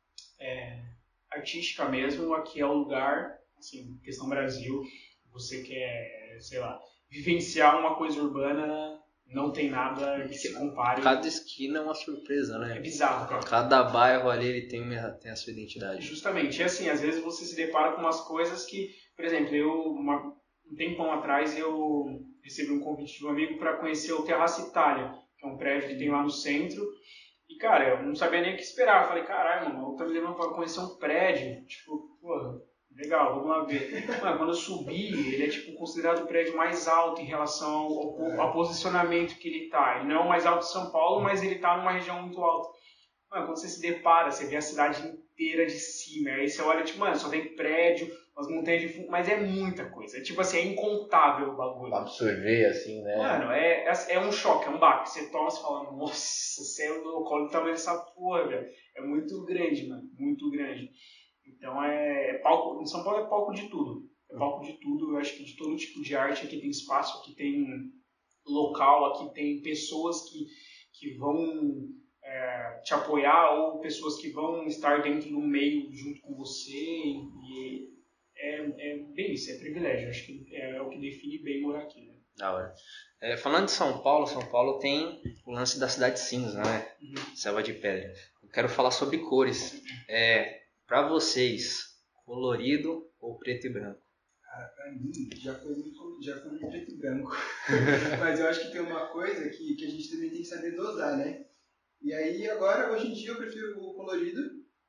artística mesmo, aqui é o lugar, assim, questão Brasil, você quer, sei lá, vivenciar uma coisa urbana, não tem nada que se compare. Cada esquina é uma surpresa, né? É bizarro, cara. Cada bairro ali ele tem a sua identidade. Justamente, assim, às vezes você se depara com umas coisas que, por exemplo, um tempão atrás eu recebi um convite de um amigo para conhecer o Terraço Itália, que é um prédio que tem lá no centro. E, cara, eu não sabia nem o que esperar. Eu falei, caralho, mano, eu tô me levando pra conhecer um prédio. Tipo, pô, legal, vamos lá ver. Mano, quando eu subi, ele é, tipo, considerado o prédio mais alto em relação ao posicionamento que ele tá. Ele não é o mais alto de São Paulo, mas ele tá numa região muito alta. Mano, quando você se depara, você vê a cidade inteira de cima. Aí você olha, tipo, mano, só tem prédio, umas montanhas de fundo, mas é muita coisa. É tipo assim, é incontável o bagulho. Absorver, assim, né? Mano, é um choque, é um baque. Você toma e fala, nossa, você é louco, olha o tamanho dessa porra, velho. É muito grande, mano, muito grande. Então palco, em São Paulo é palco de tudo. É palco de tudo, eu acho que de todo tipo de arte. Aqui tem espaço, aqui tem local, aqui tem pessoas que vão te apoiar ou pessoas que vão estar dentro do meio junto com você. E bem isso, é privilégio. Acho que é o que define bem morar aqui, né? Da hora. Falando de São Paulo tem o lance da cidade cinza, né? Selva de pedra. Eu quero falar sobre cores. Pra vocês, colorido ou preto e branco? Cara, pra mim, já foi muito preto e branco. Mas eu acho que tem uma coisa que a gente também tem que saber dosar, né? E aí, agora, hoje em dia, eu prefiro o colorido.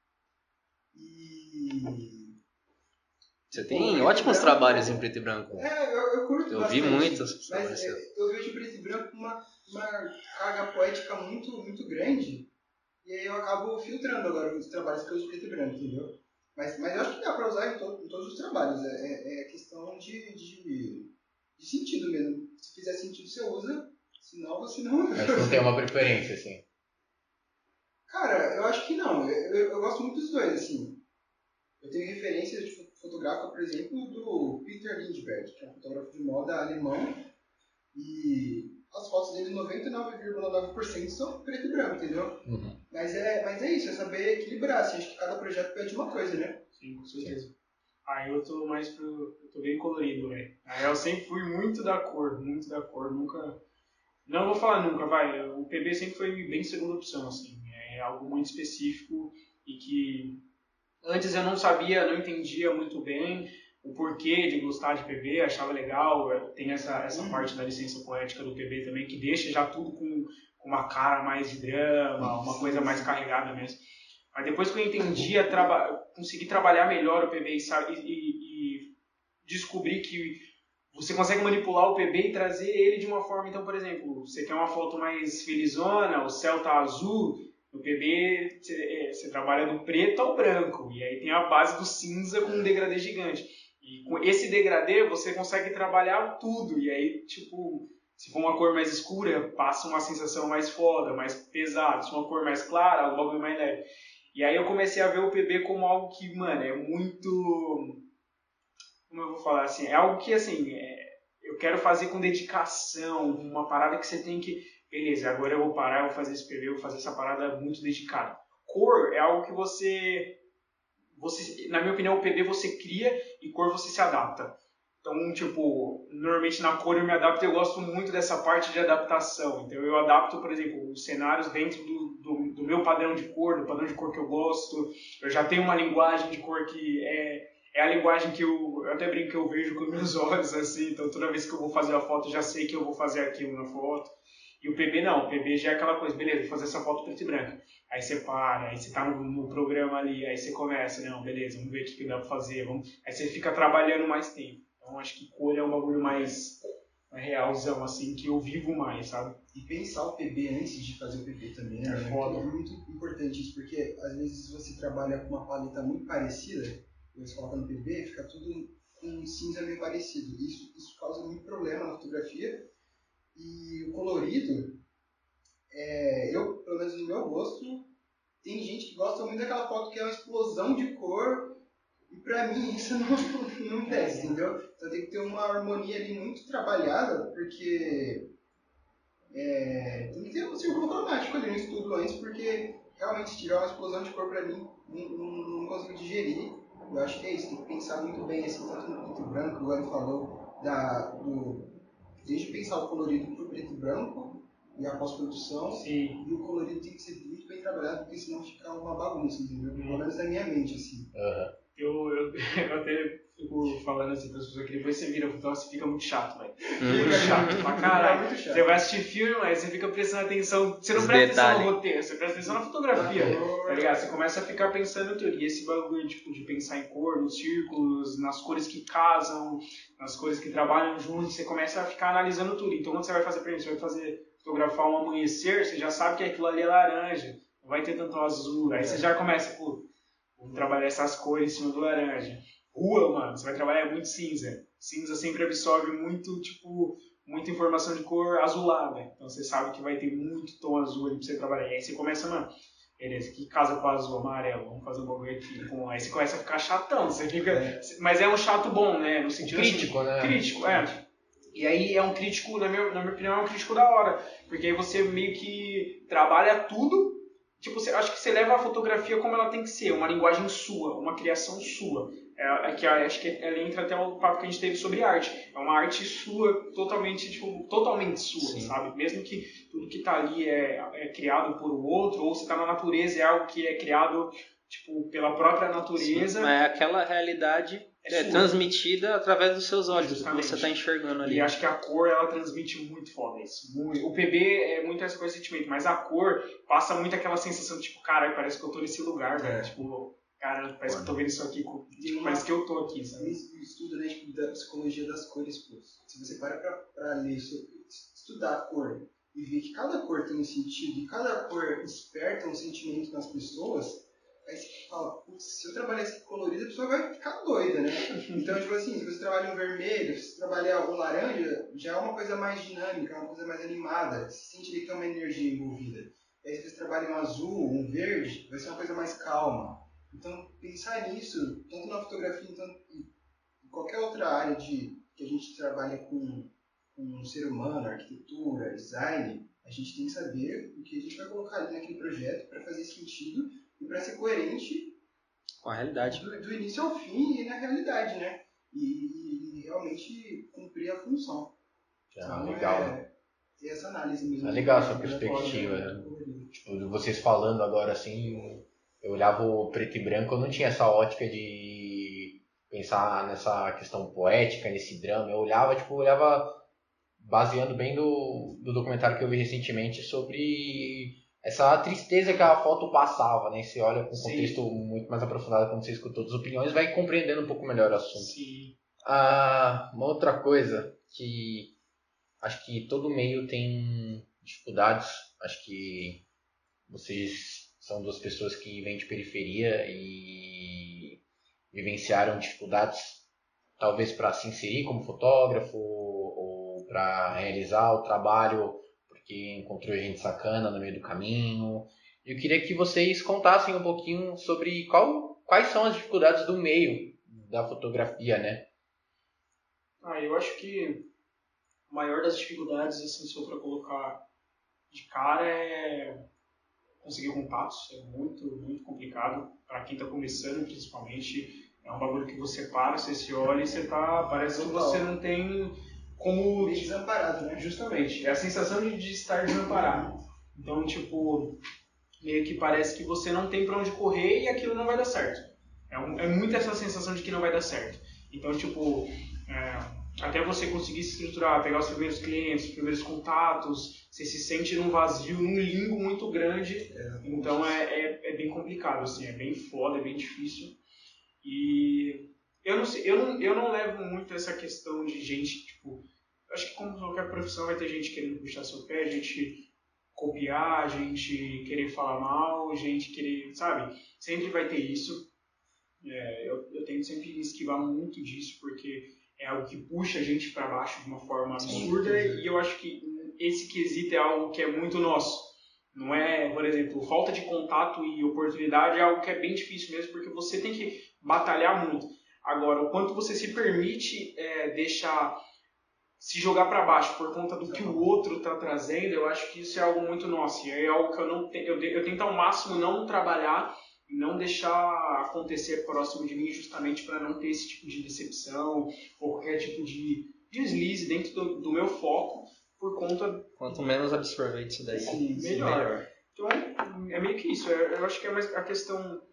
Você tem ótimos trabalhos em preto e branco. Eu curto eu bastante. Vi muitos. Mas eu vejo preto e branco com uma carga poética muito, muito grande. E aí eu acabo filtrando agora os trabalhos que eu uso preto e branco, entendeu? Mas eu acho que dá pra usar em todos os trabalhos. É questão de sentido mesmo. Se fizer sentido, você usa. Senão, você não usa. Mas não tem uma preferência, assim? Cara, eu acho que não. Eu gosto muito dos dois, assim. Eu tenho referências fotográficas, por exemplo, do Peter Lindbergh, que é um fotógrafo de moda alemão. E as fotos dele, 99,9% são preto e branco, entendeu? Uhum. Mas é isso, é saber equilibrar. Assim, acho que cada projeto pede uma coisa, né? Sim, com certeza. Aí eu tô mais eu tô bem colorido, velho. Aí eu sempre fui muito da cor, nunca... Não vou falar nunca, vai. O PB sempre foi bem segunda opção, assim. É algo muito específico e que antes eu não sabia, não entendia muito bem o porquê de gostar de PB, achava legal. Tem essa parte da licença poética do PB também, que deixa já tudo com uma cara mais de drama, uma coisa mais carregada mesmo. Mas depois que eu entendi, consegui trabalhar melhor o PB e descobri que você consegue manipular o PB e trazer ele de uma forma, então, por exemplo, você quer uma foto mais felizona, o céu tá azul, no PB você trabalha do preto ao branco, e aí tem a base do cinza com um degradê gigante. E com esse degradê você consegue trabalhar tudo, e aí, tipo, se for uma cor mais escura, passa uma sensação mais foda, mais pesada, se for uma cor mais clara, o bagulho mais leve. E aí eu comecei a ver o PB como algo que, mano, é muito... Como eu vou falar assim? É algo que, assim, eu quero fazer com dedicação, uma parada que você tem que... Beleza, agora eu vou parar, eu vou fazer esse PB, eu vou fazer essa parada muito dedicada. Cor é algo que você... Na minha opinião, o PB você cria e cor você se adapta. Então, tipo, normalmente na cor eu me adapto e eu gosto muito dessa parte de adaptação. Então eu adapto, por exemplo, os cenários dentro do meu padrão de cor, do padrão de cor que eu gosto. Eu já tenho uma linguagem de cor que é a linguagem que eu até brinco que eu vejo com os meus olhos, assim. Então toda vez que eu vou fazer a foto, eu já sei que eu vou fazer aquilo na foto. E o PB não, o PB já é aquela coisa, beleza, vou fazer essa foto preto e branca. Aí você para, aí você tá no programa ali, aí você começa, não, beleza, vamos ver o que dá pra fazer. Aí você fica trabalhando mais tempo. Então acho que cor é um bagulho mais realzão, assim, que eu vivo mais, sabe? E pensar o PB antes de fazer o PB também, né? É foda. É muito importante isso, porque às vezes você trabalha com uma paleta muito parecida, e você coloca no PB, fica tudo com um cinza meio parecido. Isso causa muito problema na fotografia. E o colorido, eu, pelo menos no meu gosto, tem gente que gosta muito daquela foto que é uma explosão de cor, e pra mim isso não desce, entendeu? Então tem que ter uma harmonia ali muito trabalhada, porque tem que ter um círculo cromático ali no estudo antes, porque realmente se tiver uma explosão de cor pra mim, não consigo digerir. Eu acho que é isso, tem que pensar muito bem, assim, tanto no preto e branco, o Guilherme falou desde pensar o colorido pro preto e branco e a pós-produção. Sim. E o colorido tem que ser muito bem trabalhado, porque senão fica uma bagunça, entendeu? Pelo menos na minha mente, assim. Eu até fico falando assim para as pessoas que depois você vira fotógrafo e fica muito chato, velho. Fica chato pra caralho. muito chato. Você vai assistir filme, mas você fica prestando atenção. Você não Os presta atenção detalhes. no roteiro, você presta atenção na fotografia. Tá ligado? Você começa a ficar pensando em tudo. E esse bagulho tipo, de pensar em cor, nos círculos, nas cores que casam, nas cores que trabalham juntos, você começa a ficar analisando tudo. Então quando você vai fazer, por exemplo, você vai fotografar um amanhecer, você já sabe que aquilo ali é laranja, não vai ter tanto azul. Aí você já começa, pô, vamos trabalhar essas cores em cima do laranja. Rua, mano, você vai trabalhar muito cinza. Cinza sempre absorve muito, tipo, muita informação de cor azulada. Então você sabe que vai ter muito tom azul ali pra você trabalhar. E aí você começa, mano, beleza, que casa com azul, amarelo, vamos fazer um bagulho aqui. Aí você começa a ficar chatão, você fica... Mas é um chato bom, né? No sentido crítico, assim, né? Crítico, E aí é um crítico, na minha opinião, é um crítico da hora. Porque aí você meio que trabalha tudo. Tipo, acho que você leva a fotografia como ela tem que ser, uma linguagem sua, uma criação sua. Acho que ela entra até o papo que a gente teve sobre arte. É uma arte sua, totalmente sua, Sim. sabe? Mesmo que tudo que tá ali é criado por um outro, ou se tá na natureza, é algo que é criado tipo, pela própria natureza. Sim, mas aquela realidade é transmitida através dos seus olhos, Justamente. que você está enxergando ali. E acho que a cor, ela transmite muito foda isso. Muito. O PB é muito essa coisa de sentimento, mas a cor passa muito aquela sensação de, tipo, caralho, parece que eu tô nesse lugar, velho. Tipo, cara, parece que eu tô vendo isso aqui, parece que eu tô aqui, sabe? Tem um estudo, né, tipo, da psicologia das cores, pô. Se você para pra ler, estudar a cor e ver que cada cor tem um sentido e cada cor desperta um sentimento nas pessoas, aí você fala, putz, se eu trabalhar esse colorido, a pessoa vai ficar doida, né? Então, tipo assim, se você trabalha um vermelho, se você trabalhar um laranja, já é uma coisa mais dinâmica, uma coisa mais animada. Você sente ali que tem uma energia envolvida. E aí, se você trabalha um azul, um verde, vai ser uma coisa mais calma. Então, pensar nisso, tanto na fotografia, quanto em qualquer outra área que a gente trabalha com um ser humano, arquitetura, design, a gente tem que saber o que a gente vai colocar ali naquele projeto para fazer sentido e para ser coerente Com a realidade. do início ao fim e na realidade, né? E realmente cumprir a função. Então, Legal. Ter essa análise mesmo. É legal essa perspectiva. Tipo, vocês falando agora assim, eu olhava o preto e branco, eu não tinha essa ótica de pensar nessa questão poética, nesse drama. Eu olhava baseando bem do documentário que eu vi recentemente sobre essa tristeza que a foto passava, né? Você olha com um contexto muito mais aprofundado quando você escuta outras opiniões, vai compreendendo um pouco melhor o assunto. Sim. Uma outra coisa que acho que todo meio tem dificuldades. Acho que vocês são duas pessoas que vêm de periferia e vivenciaram dificuldades, talvez para se inserir como fotógrafo ou para realizar o trabalho, porque encontrou gente sacana no meio do caminho. Eu queria que vocês contassem um pouquinho sobre quais são as dificuldades do meio da fotografia, né? Eu acho que a maior das dificuldades, assim, se for para colocar de cara, é conseguir contatos. É muito, muito complicado. Para quem está começando, principalmente, é um bagulho que você para, você se olha e você tá... Parece que você não tem como... Meio desamparado, né? Justamente. É a sensação de estar desamparado. Então, tipo, meio que parece que você não tem para onde correr e aquilo não vai dar certo. É muito essa sensação de que não vai dar certo. Então, tipo, até você conseguir se estruturar, pegar os primeiros clientes, os primeiros contatos, você se sente num vazio, num limbo muito grande. Então é bem complicado, assim, é bem foda, é bem difícil. E eu não sei, eu não levo muito essa questão de gente, tipo, eu acho que como qualquer profissão vai ter gente querendo puxar seu pé, gente copiar, gente querer falar mal, gente querer, sabe? Sempre vai ter isso. Eu tento sempre esquivar muito disso, porque é algo que puxa a gente para baixo de uma forma absurda, e eu acho que esse quesito é algo que é muito nosso. Não é, por exemplo, falta de contato e oportunidade é algo que é bem difícil mesmo, porque você tem que batalhar muito. Agora, o quanto você se permite deixar se jogar para baixo por conta do que o outro está trazendo, eu acho que isso é algo muito nosso. E é algo que eu não eu tento ao máximo não trabalhar e não deixar acontecer próximo de mim, justamente para não ter esse tipo de decepção ou qualquer tipo de deslize dentro do meu foco, por conta... Quanto menos absorver isso daí, melhor. Então, é meio que isso. Eu acho que é mais a questão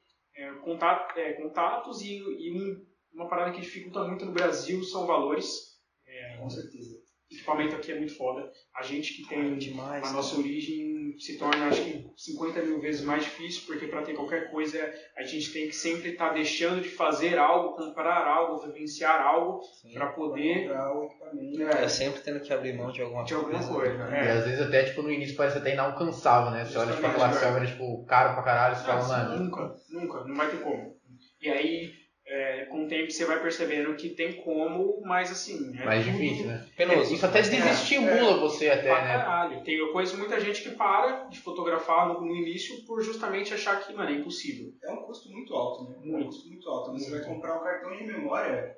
contatos e uma parada que dificulta muito no Brasil são valores. Com certeza. O equipamento aqui é muito foda. A gente que tem demais, a nossa origem se torna, acho que, 50 mil vezes mais difícil, porque para ter qualquer coisa a gente tem que sempre estar deixando de fazer algo, comprar algo, vivenciar algo para poder... comprar o equipamento. É sempre tendo que abrir mão de alguma coisa. E às vezes até, tipo, no início parece até inalcançável, né? Você olha, tipo, aquela selva, tipo, caro pra caralho, você fala, mano... Nunca, não vai ter como. E aí, com o tempo você vai percebendo que tem como, mas assim... mais difícil, né? Penoso. Isso até desestimula você até, pra né? caralho. Eu conheço muita gente que para de fotografar no início por justamente achar que, mano, é impossível. É um custo muito alto, né? Muito. É um custo muito alto. Você vai comprar um cartão de memória...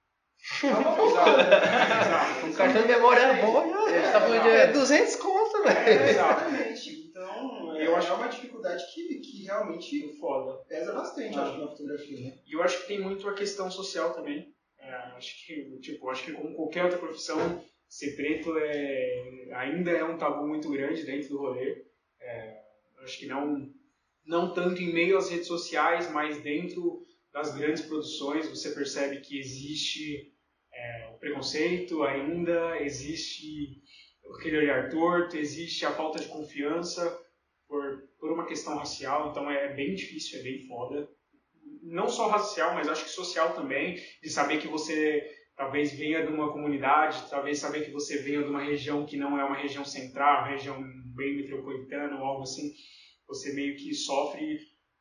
Um cartão de memória é bom, é 200 conto, velho. Exatamente. Então, eu acho uma dificuldade que realmente foda. pesa bastante, acho, na fotografia, né? E eu acho que tem muito a questão social também. Acho que como qualquer outra profissão, ser preto ainda é um tabu muito grande dentro do rolê. Acho que não tanto em meio às redes sociais, mas dentro das grandes produções você percebe que existe o preconceito ainda, existe aquele olhar torto, existe a falta de confiança por uma questão racial, então é bem difícil, é bem foda. Não só racial, mas acho que social também, de saber que você talvez venha de uma comunidade, talvez saber que você venha de uma região que não é uma região central, uma região bem metropolitana ou algo assim, você meio que sofre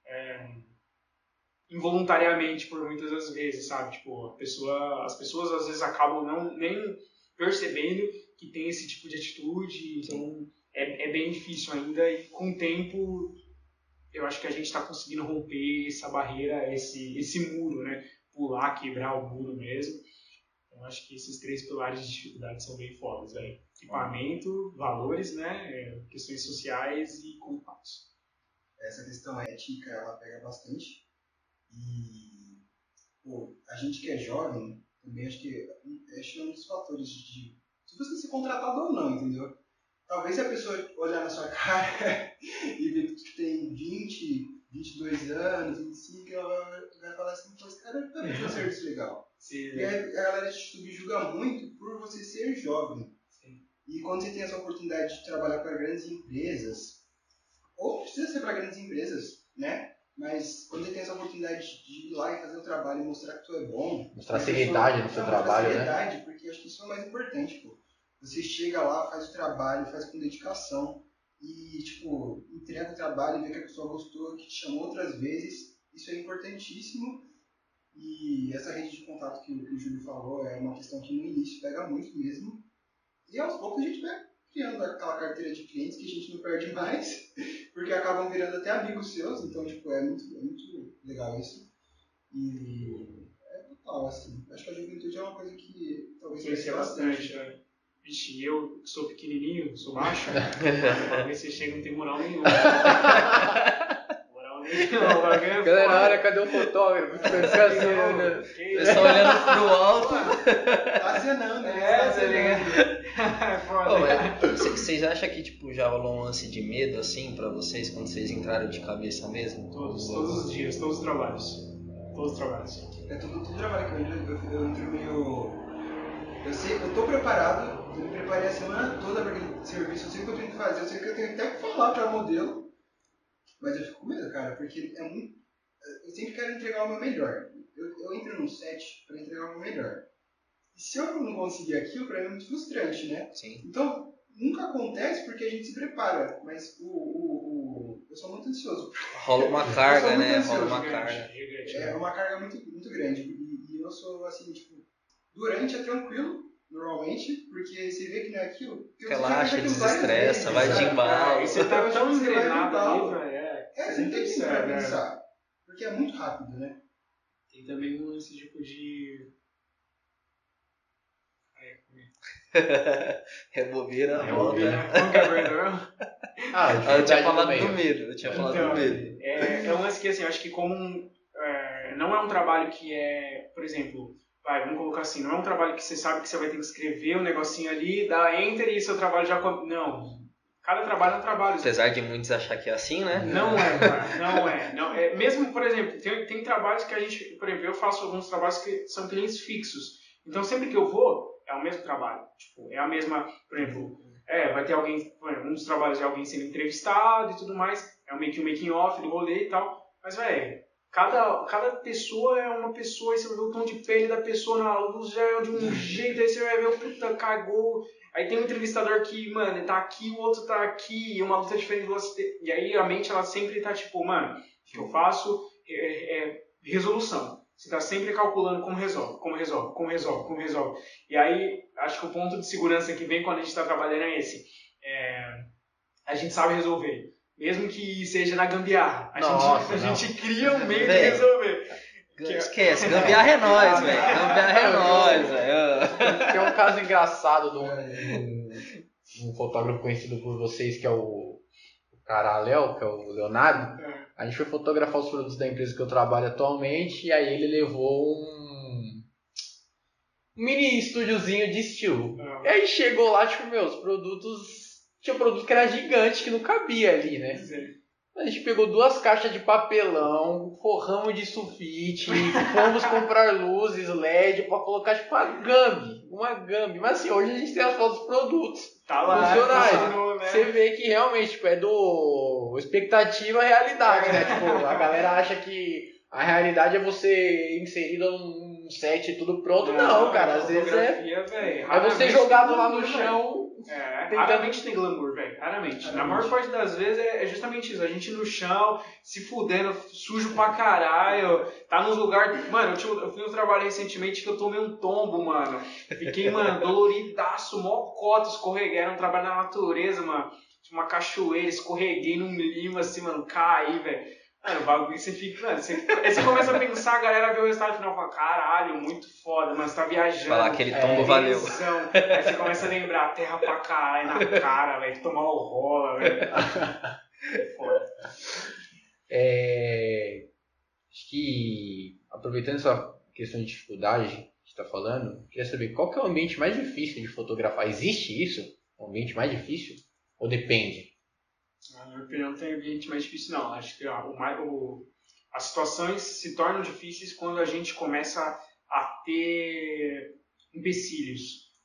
involuntariamente por muitas das vezes, sabe? Tipo, as pessoas às vezes acabam nem percebendo que tem esse tipo de atitude, então é bem difícil ainda, e com o tempo eu acho que a gente está conseguindo romper essa barreira, esse muro, né? Pular, quebrar o muro mesmo. Então acho que esses 3 pilares de dificuldade são bem fodas, velho. Equipamento, valores, né? Questões sociais e contatos. Essa questão ética, ela pega bastante. E a gente que é jovem, também acho que é um dos fatores de se você ser contratado ou não, entendeu? Talvez se a pessoa olhar na sua cara e ver que tu tem 20, 22 anos, 25, ela vai falar assim, pô, esse cara tá fazendo um serviço legal. Sim. E a galera te subjuga muito por você ser jovem. Sim. E quando você tem essa oportunidade de trabalhar para grandes empresas, ou não precisa ser para grandes empresas, né? Mas quando ele tem essa oportunidade de ir lá e fazer o trabalho e mostrar que tu é bom... Mostrar seriedade no seu trabalho, né? Mostrar seriedade, porque acho que isso é o mais importante, pô. Você chega lá, faz o trabalho, faz com dedicação e, tipo, entrega o trabalho e vê que a pessoa gostou, que te chamou outras vezes. Isso é importantíssimo. E essa rede de contato que o Júlio falou é uma questão que no início pega muito mesmo. E aos poucos a gente vai criando aquela carteira de clientes que a gente não perde mais, porque acabam virando até amigos seus, então tipo, é muito legal isso. E é total, assim. Acho que a juventude é uma coisa que talvez Conhecia bastante, né? Vixe, eu sou pequenininho, sou macho, talvez você chega e não tem moral nenhuma. Galera, olha, cadê o fotógrafo? O pessoal olhando pro alto. Tá acenando, né? Tá acenando. Vocês acham que tipo, já rolou um lance de medo assim pra vocês quando vocês entraram de cabeça mesmo? Todos os dias, todos os trabalhos. Todos os trabalhos. É todo trabalho que eu entro meio... Eu tô preparado, eu me preparei a semana toda para aquele serviço, eu sei o que eu tenho que fazer, eu sei que eu tenho até que falar para modelo, mas eu fico com medo, cara, porque é muito... Eu sempre quero entregar o meu melhor. Eu entro num set para entregar o meu melhor. E se eu não conseguir aquilo, para mim é muito frustrante, né? Sim. Então, nunca acontece porque a gente se prepara, mas eu sou muito ansioso. Rola uma carga, né? Ansioso, Rola uma gigante, carga. gigante, É uma carga muito grande. E eu sou assim, tipo, durante é tranquilo, normalmente, porque você vê que não é aquilo. Relaxa, desestressa, vai de embalo. E você tá tão Você vai engrenado embalo. ali, velho. Você não tem tempo pra pensar. Porque é muito rápido, né? Tem também um lance tipo de... Rebobina, volta. Como que é verdade? Eu tinha falado do medo. É um lance que, assim, eu acho que não é um trabalho que é, por exemplo, vamos colocar assim, não é um trabalho que você sabe que você vai ter que escrever um negocinho ali, dar enter e seu trabalho já... Não. Cada trabalho é um trabalho. Apesar de muitos achar que é assim, né? Não é, cara. Não é. Mesmo, por exemplo, tem trabalhos que a gente... Por exemplo, eu faço alguns trabalhos que são clientes fixos. Então, sempre que eu vou, é o mesmo trabalho. Tipo, é a mesma... Por exemplo, vai ter alguém... Um dos trabalhos é alguém sendo entrevistado e tudo mais. É meio que um making off do rolê e tal. Mas, velho, cada pessoa é uma pessoa. Aí você vai ver o tom de pele da pessoa na luz, já é de um jeito. Aí você vai ver o puta, cagou... Aí tem um entrevistador que, mano, tá aqui, o outro tá aqui, e uma luta diferente do outro. E aí a mente, ela sempre tá tipo, mano, o que eu faço é resolução. Você tá sempre calculando como resolve. E aí, acho que o ponto de segurança que vem quando a gente tá trabalhando é esse. A gente sabe resolver. Mesmo que seja na gambiarra. A gente cria um meio de resolver. Esquece, gambiarra é nóis, velho. Gambiarra é nóis, velho. Tem um caso engraçado de um fotógrafo conhecido por vocês, que é o Caraléu, que é o Leonardo. A gente foi fotografar os produtos da empresa que eu trabalho atualmente, e aí ele levou um mini estúdiozinho de estilo. E aí chegou lá, tipo, os produtos... Tinha um produto que era gigante, que não cabia ali, né? Sim. A gente pegou 2 caixas de papelão, forramos de sulfite, fomos comprar luzes LED pra colocar tipo uma Gambi. Mas assim, hoje a gente tem as fotos dos produtos funcionais. Né? Você vê que realmente tipo, é do expectativa à realidade, né? Tipo, a galera acha que a realidade é você inserido num set e tudo pronto. Não, cara, às vezes é você jogado lá no chão. Raramente tem glamour, velho. Raramente. Na maior parte das vezes é justamente isso. A gente no chão, se fudendo, sujo pra caralho. Tá nos lugares... Mano, eu fui no trabalho recentemente que eu tomei um tombo, mano. Fiquei, mano, doloridaço, mó cota, escorreguei. Era um trabalho na natureza, mano. Tinha uma cachoeira, escorreguei num limo assim, mano, caí, velho. Mano, o bagulho você fica... Mano, aí você começa a pensar, a galera vê o resultado final e fala, caralho, muito foda, mano, você tá viajando. Falar aquele tombo valeu. Aí você começa a lembrar, terra pra caralho na cara, velho, tomar o rola, velho. É foda. Acho que, aproveitando essa questão de dificuldade que a gente tá falando, queria saber qual que é o ambiente mais difícil de fotografar. Existe isso? Um ambiente mais difícil? Ou depende? Na minha opinião, não tem ambiente mais difícil, não. Acho que as situações se tornam difíceis quando a gente começa a ter empecilhos.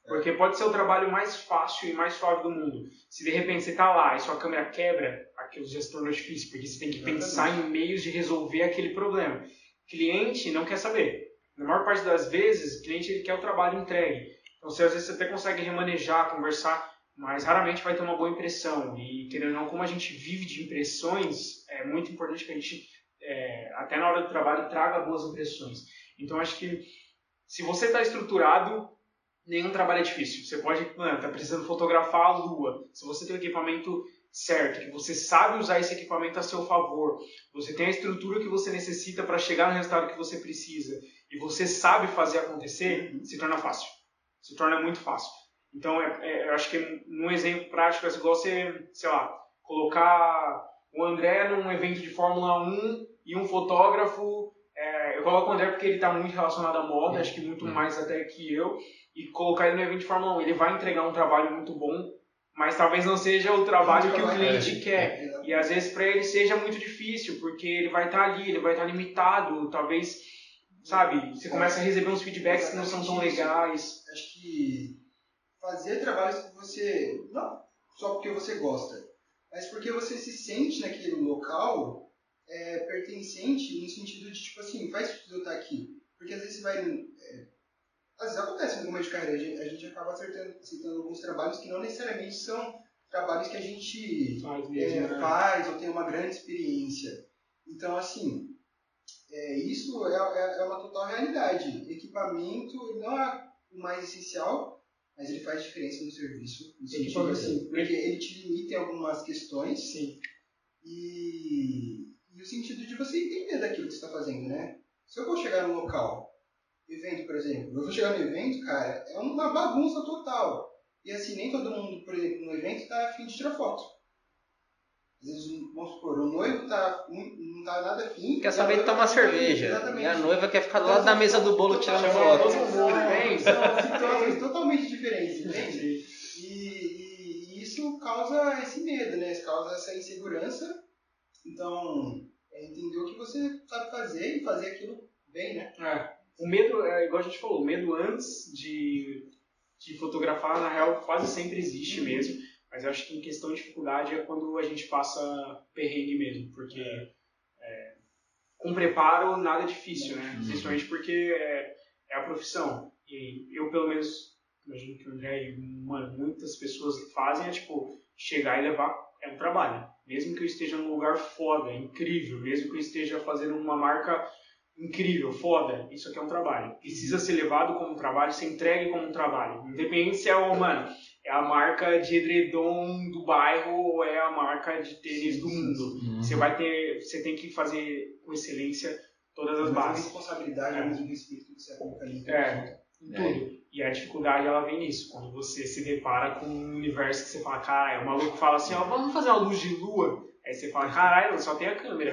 Porque pode ser o trabalho mais fácil e mais suave do mundo. Se de repente você tá lá e sua câmera quebra, aquilo já se tornou difícil, porque você tem que pensar em meios de resolver aquele problema. O cliente não quer saber. Na maior parte das vezes, o cliente ele quer o trabalho entregue. Então, às vezes você até consegue remanejar, conversar, mas raramente vai ter uma boa impressão. E, querendo ou não, como a gente vive de impressões, é muito importante que a gente, até na hora do trabalho, traga boas impressões. Então, acho que se você está estruturado, nenhum trabalho é difícil. Você pode, tá precisando fotografar a lua. Se você tem o equipamento certo, que você sabe usar esse equipamento a seu favor, você tem a estrutura que você necessita para chegar no resultado que você precisa, e você sabe fazer acontecer, se torna fácil. Se torna muito fácil. Então, eu acho que num exemplo prático, é igual você, sei lá, colocar o André num evento de Fórmula 1 e um fotógrafo, eu coloco o André porque ele está muito relacionado à moda, acho que muito mais até que eu, e colocar ele no evento de Fórmula 1. Ele vai entregar um trabalho muito bom, mas talvez não seja o trabalho que o cliente quer. E às vezes para ele seja muito difícil, porque ele vai estar ali, ele vai estar limitado, talvez, sabe, você começa a receber uns feedbacks que não são tão legais. Acho que fazer trabalhos que você, não só porque você gosta, mas porque você se sente naquele local pertencente, no sentido de, tipo assim, faz sentido eu estar aqui. Porque às vezes você vai... às vezes acontece no começo de carreira, a gente acaba aceitando alguns trabalhos que não necessariamente são trabalhos que a gente faz ou tem uma grande experiência. Então, assim, isso é uma total realidade. Equipamento não é o mais essencial, mas ele faz diferença no serviço. No sentido, assim, porque ele te limita em algumas questões. Sim. E o sentido de você entender daquilo que você está fazendo, né? Se eu vou chegar no local, evento, por exemplo, eu vou chegar no evento, cara, é uma bagunça total. E assim, nem todo mundo, por exemplo, no evento tá afim de tirar foto. Às vezes, vamos supor, o noivo não tá nada afim. Quer saber de tomar cerveja. Exatamente. E a noiva quer ficar do lado da mesa do bolo tirando foto. São situações totalmente diferentes, entende? E isso causa esse medo, né? Isso causa essa insegurança. Então, entender o que você sabe fazer e fazer aquilo bem, né? O medo, igual a gente falou, o medo antes de fotografar, na real, quase sempre existe mesmo. Mas eu acho que em questão de dificuldade é quando a gente passa perrengue mesmo. Porque com preparo nada é difícil, né? Principalmente porque é a profissão. E eu, pelo menos, imagino que o André e muitas pessoas fazem, tipo, chegar e levar, é um trabalho. Mesmo que eu esteja num lugar foda, incrível, mesmo que eu esteja fazendo uma marca incrível, foda, isso aqui é um trabalho. Precisa ser levado como um trabalho, ser entregue como um trabalho. Independente se é a marca de edredom do bairro ou é a marca de tênis do mundo. Você tem que fazer com excelência todas as bases. A responsabilidade é o mesmo respeito que você aplica ali. Em tudo. E a dificuldade, ela vem nisso. Quando você se depara com um universo que você fala, caralho, o maluco fala assim, vamos fazer uma luz de lua. Aí você fala, caralho, só tem a câmera.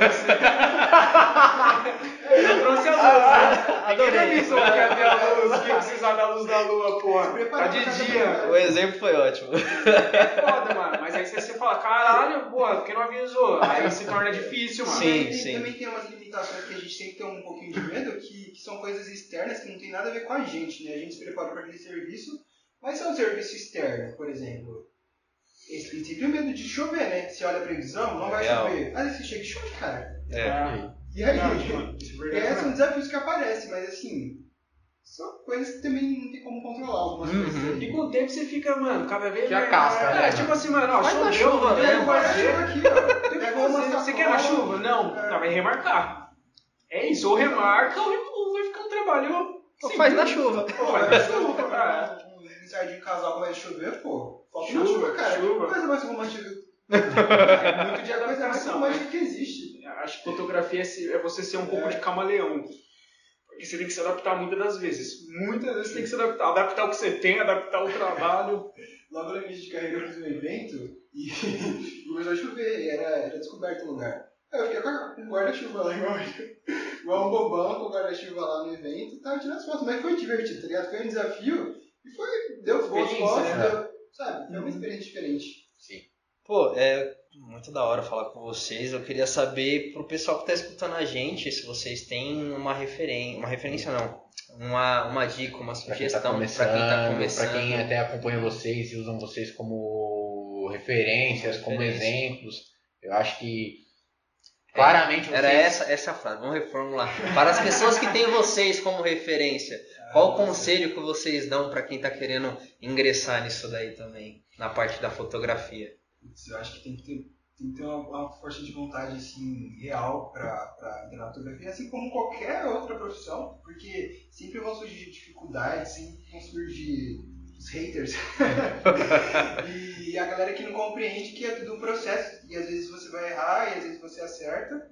Eu trouxe a luz. Ninguém me avisou que ia ter a luz, que ia precisar da luz da lua, porra. Tá de dia. O exemplo foi ótimo. É foda, mano. Mas aí você fala, caralho, porra, por que não avisou? Aí se torna difícil, mano. Sim. Também tem umas limitações que a gente sempre tem um pouquinho de medo, que são coisas externas que não tem nada a ver com a gente, né? A gente se prepara para aquele serviço, mas é um serviço externo, por exemplo. Esse sempre o medo de chover, né? Você olha a previsão, não vai chover. Aí você chega e chove, cara. E aí? Esses são desafios que aparecem, mas assim, são coisas que também não tem como controlar algumas coisas. E com o tempo você fica, mano, cada vez mais. Já casca, né? Tipo assim, mano, Faz choveu, chuva, né? Você quer na chuva? Não. Tá, vai remarcar. É isso, ou remarca ou vai ficar um trabalho. Faz na chuva. Faz na chuva, Um ensaio de casal começa a chover, pô. Falta Chuva, cara. chuva. Coisa mais romântica. É muito de A coisa mais adaptação. romântica que existe. Acho que fotografia é você ser um pouco de camaleão. Porque você tem que se adaptar muitas das vezes. Muitas vezes você tem que se adaptar. Adaptar o que você tem, adaptar o trabalho. Logo no início de carreira eu fiz um evento e começou a chover e era descoberto o lugar. Aí eu fiquei com um guarda-chuva lá, igual um bobão com o guarda-chuva lá no evento, tava tirando as fotos, mas foi divertido, tá ligado? Foi um desafio e deu boas fotos, né? sabe? Foi uma experiência diferente. Pô, muito da hora falar com vocês. Eu queria saber, pro pessoal que tá escutando a gente, se vocês têm uma referência não, uma dica, uma sugestão para quem tá começando. Para quem até acompanha vocês e usam vocês como referências, como exemplos. Eu acho que claramente vocês... Era essa a frase, vamos reformular. Para as pessoas que têm vocês como referência, qual o conselho que vocês dão para quem tá querendo ingressar nisso daí também, na parte da fotografia? Eu acho que tem que ter uma força de vontade assim, real para entrar na fotografia, assim como qualquer outra profissão, porque sempre vão surgir dificuldades, sempre vão surgir os haters e a galera que não compreende que é tudo um processo, e às vezes você vai errar e às vezes você acerta.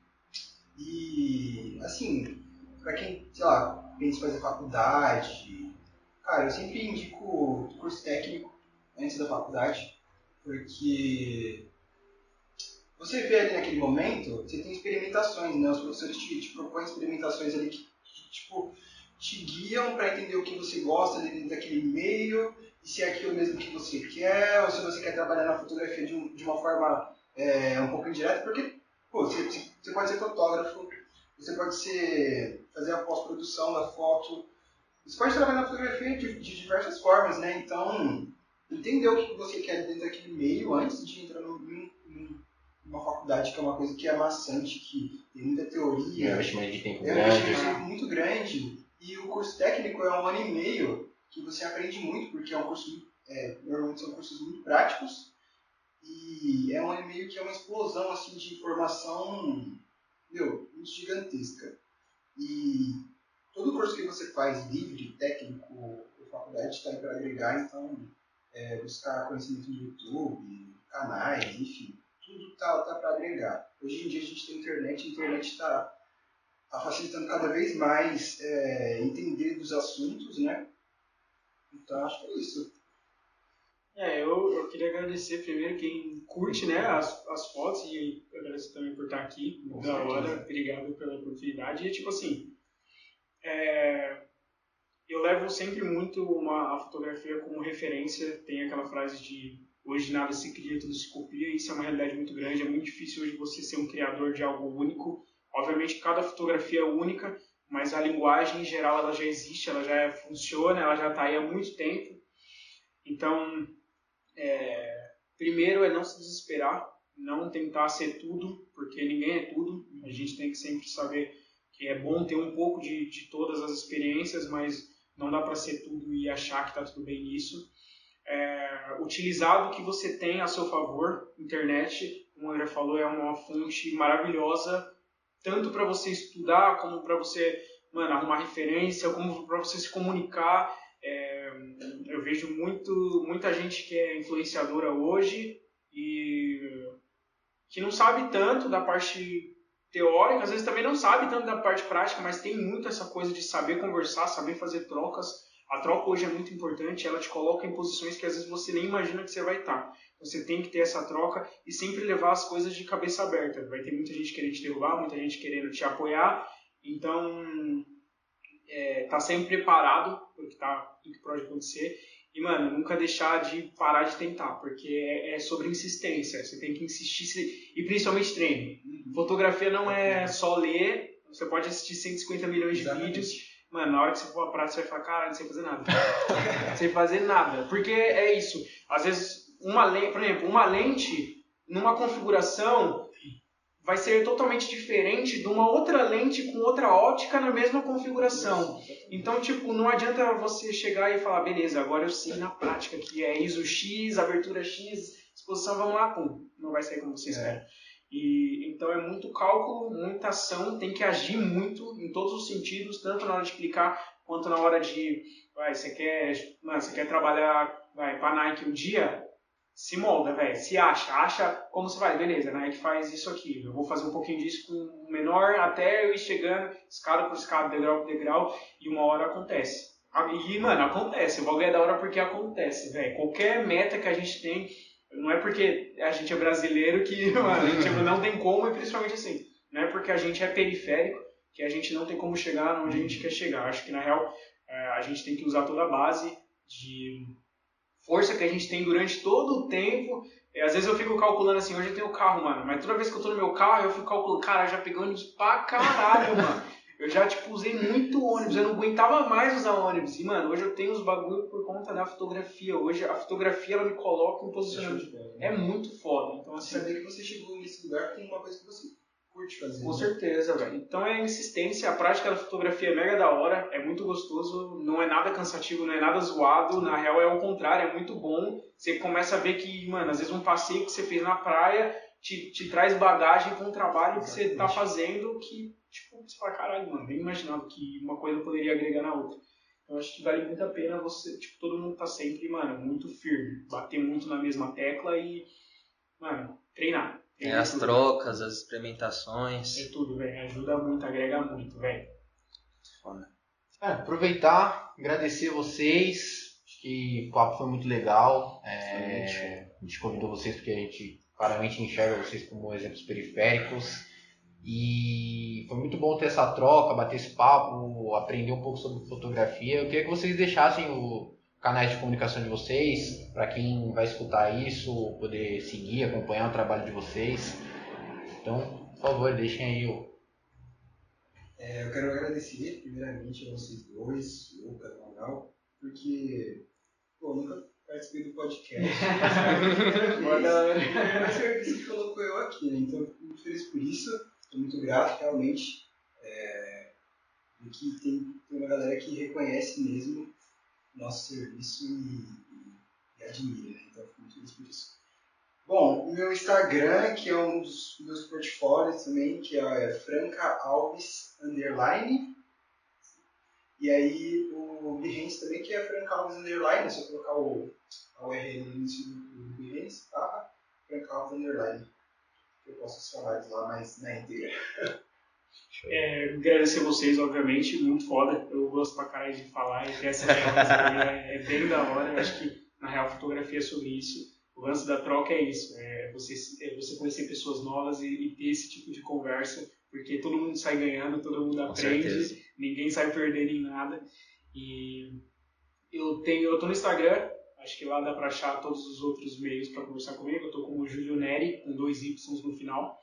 E assim, para quem, sei lá, pensa em fazer faculdade, cara, eu sempre indico curso técnico antes da faculdade, porque você vê ali naquele momento, você tem experimentações, né? Os professores te propõem experimentações ali que tipo, te guiam para entender o que você gosta dentro daquele meio, e se é aquilo mesmo que você quer, ou se você quer trabalhar na fotografia de uma forma um pouco indireta, porque pô, você pode ser fotógrafo, você pode fazer a pós-produção da foto, você pode trabalhar na fotografia de diversas formas, né? Então, entender o que você quer dentro daquele meio antes de entrar numa faculdade, que é uma coisa que é maçante, que tem muita teoria. É um investimento de tempo grande. É um investimento muito grande. E o curso técnico é 1 ano e meio que você aprende muito, porque é um curso, normalmente são cursos muito práticos. E é 1 ano e meio que é uma explosão assim, de informação, muito gigantesca. E todo curso que você faz, livre, técnico ou faculdade, está aí para agregar, então buscar conhecimento no YouTube, canais, enfim, tudo tá para agregar. Hoje em dia a gente tem internet, a internet está facilitando cada vez mais entender dos assuntos, né? Então acho que é isso. Eu queria agradecer primeiro quem curte, né, as fotos, e agradecer também por estar aqui. Com da hora, certeza. obrigado pela oportunidade. E tipo assim, eu levo sempre muito a fotografia como referência. Tem aquela frase de hoje nada se cria, tudo se copia. Isso é uma realidade muito grande. É muito difícil hoje você ser um criador de algo único. Obviamente cada fotografia é única, mas a linguagem em geral ela já existe, ela já funciona, ela já está aí há muito tempo. Então, primeiro é não se desesperar, não tentar ser tudo, porque ninguém é tudo. A gente tem que sempre saber que é bom ter um pouco de todas as experiências, mas não dá para ser tudo e achar que está tudo bem nisso. Utilizar o que você tem a seu favor. Internet, como o André falou, é uma fonte maravilhosa, tanto para você estudar, como para você arrumar referência, como para você se comunicar. Eu vejo muita gente que é influenciadora hoje e que não sabe tanto da parte teórica, às vezes também não sabe tanto da parte prática, mas tem muito essa coisa de saber conversar, saber fazer trocas. A troca hoje é muito importante, ela te coloca em posições que às vezes você nem imagina que você vai estar. Você tem que ter essa troca e sempre levar as coisas de cabeça aberta. Vai ter muita gente querendo te derrubar, muita gente querendo te apoiar, então tá sempre preparado para o que pode acontecer. E, nunca deixar de parar de tentar, porque é sobre insistência. Você tem que insistir, e principalmente treino. Fotografia não é só ler, você pode assistir 150 milhões de vídeos. Na hora que você for pra prática, você vai falar, cara, não sei fazer nada. Não sei fazer nada. Porque é isso. Às vezes, por exemplo, uma lente, numa configuração, vai ser totalmente diferente de uma outra lente com outra ótica na mesma configuração. Então, não adianta você chegar e falar, beleza, agora eu sei na prática que é ISO X, abertura X, exposição, vamos lá, pum. Não vai sair como você espera. Então é muito cálculo, muita ação, tem que agir muito em todos os sentidos, tanto na hora de clicar quanto na hora de... Você quer trabalhar para Nike um dia? Se molda, se acha como você vai, beleza, Nike faz isso aqui, eu vou fazer um pouquinho disso com o menor até eu ir chegando, escada por escada, degrau por degrau, e uma hora acontece. E, acontece, o bagulho é da hora porque acontece, qualquer meta que a gente tem, não é porque a gente é brasileiro que a gente não tem como, e principalmente assim, não é porque a gente é periférico que a gente não tem como chegar onde a gente quer chegar. Acho que, na real, a gente tem que usar toda a base de força que a gente tem durante todo o tempo. Às vezes eu fico calculando assim, hoje eu tenho carro, mano, mas toda vez que eu tô no meu carro, eu fico calculando, cara, eu já peguei ônibus pra caralho, mano. Eu já, tipo, usei muito ônibus, eu não aguentava mais usar ônibus. E, mano, hoje eu tenho os bagulho por conta da fotografia. Hoje a fotografia, ela me coloca em posicionamento. É muito foda. Então, assim, saber que você chegou nesse lugar que tem uma coisa que você curte fazer. Com certeza, velho. Então é a insistência, a prática da fotografia é mega da hora, é muito gostoso, não é nada cansativo, não é nada zoado, na real é o contrário, é muito bom. Você começa a ver que, mano, às vezes um passeio que você fez na praia te traz bagagem com o trabalho que você tá fazendo, que, tipo, você fala, caralho, mano, bem imaginado que uma coisa poderia agregar na outra. Então acho que vale muito a pena você, tipo, todo mundo tá sempre, mano, muito firme, bater muito na mesma tecla e, mano, treinar. As trocas, as experimentações. É tudo, velho. Ajuda muito, agrega muito, velho. Aproveitar, agradecer vocês. Acho que o papo foi muito legal. A gente convidou vocês porque a gente claramente enxerga vocês como exemplos periféricos. E foi muito bom ter essa troca, bater esse papo, aprender um pouco sobre fotografia. Eu queria que vocês deixassem o canais de comunicação de vocês, para quem vai escutar isso, poder seguir, acompanhar o trabalho de vocês. Então, por favor, deixem aí o... Eu quero agradecer, primeiramente, a vocês dois, o Lucas, o Magal, porque, eu nunca participei do podcast. Mas serviço que colocou eu aqui, né? Então, eu fico muito feliz por isso. Estou muito grato, realmente, de que tem uma galera que reconhece mesmo nosso serviço e admira, né? Então eu fico muito feliz por isso. Bom, o meu Instagram, que é um dos meus portfólios também, que é Franca Alves _. E aí o Behance também, que é Franca Alves _, se eu colocar o URL no início do Behance, tá? Franca Alves _. Eu posto os trabalhos lá, mas na íntegra. Agradecer vocês, obviamente, muito foda. Eu gosto pra caralho de falar e ter essas trocas aí, é bem da hora. Eu acho que, na real, fotografia é sobre isso. O lance da troca é isso, você conhecer pessoas novas e ter esse tipo de conversa, porque todo mundo sai ganhando, todo mundo aprende, ninguém sai perdendo em nada. E eu tô no Instagram, acho que lá dá pra achar todos os outros meios pra conversar comigo. Eu tô como Júlio Neri, com 2 Ys no final.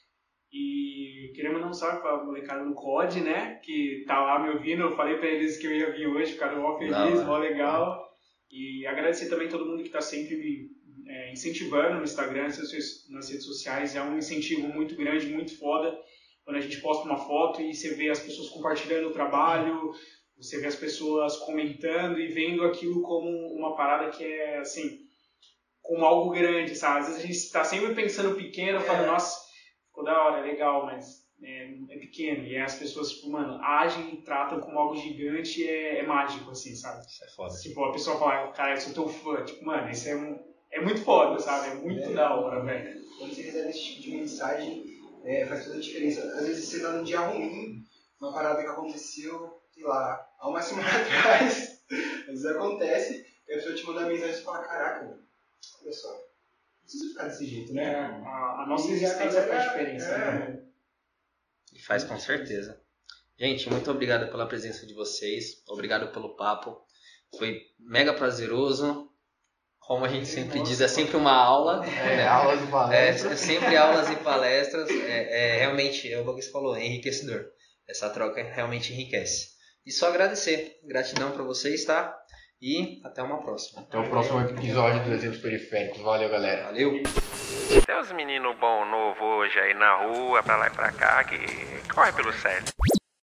E queria mandar um salve pra molecada do COD, né? Que tá lá me ouvindo. Eu falei pra eles que eu ia vir hoje, ficaram mó feliz, mó legal. E agradecer também todo mundo que tá sempre me incentivando no Instagram, nas redes sociais. É um incentivo muito grande, muito foda. Quando a gente posta uma foto e você vê as pessoas compartilhando o trabalho, você vê as pessoas comentando e vendo aquilo como uma parada que é, assim, como algo grande, sabe? Às vezes a gente tá sempre pensando pequeno, falando, nossa, ficou da hora, legal, mas é pequeno. E aí as pessoas, tipo, mano, agem e tratam como algo gigante, é mágico, assim, sabe? Isso é foda. Tipo, a pessoa fala, cara, eu sou teu fã. Tipo, mano, isso é muito foda, sabe? É muito da hora, velho. Quando você recebe esse tipo de mensagem, faz toda a diferença. Às vezes você tá num dia ruim, uma parada que aconteceu, sei lá, há uma semana atrás, às vezes acontece, e a pessoa te manda mensagem e você fala, caraca, mano, olha só, não precisa ficar desse jeito, né? A nossa existência faz diferença, né? E faz com certeza. Gente, muito obrigado pela presença de vocês, obrigado pelo papo, foi mega prazeroso. Como a gente sempre diz, é sempre uma aula. Aulas e palestras. É sempre aulas e palestras. Realmente, é o que você falou, é enriquecedor. Essa troca realmente enriquece. E só agradecer. Gratidão para vocês, tá? E até uma próxima. Até o próximo episódio dos Exemplos Periféricos. Valeu, galera. Valeu. Tem uns meninos bons novos hoje aí na rua, pra lá e pra cá, que corre pelo sério.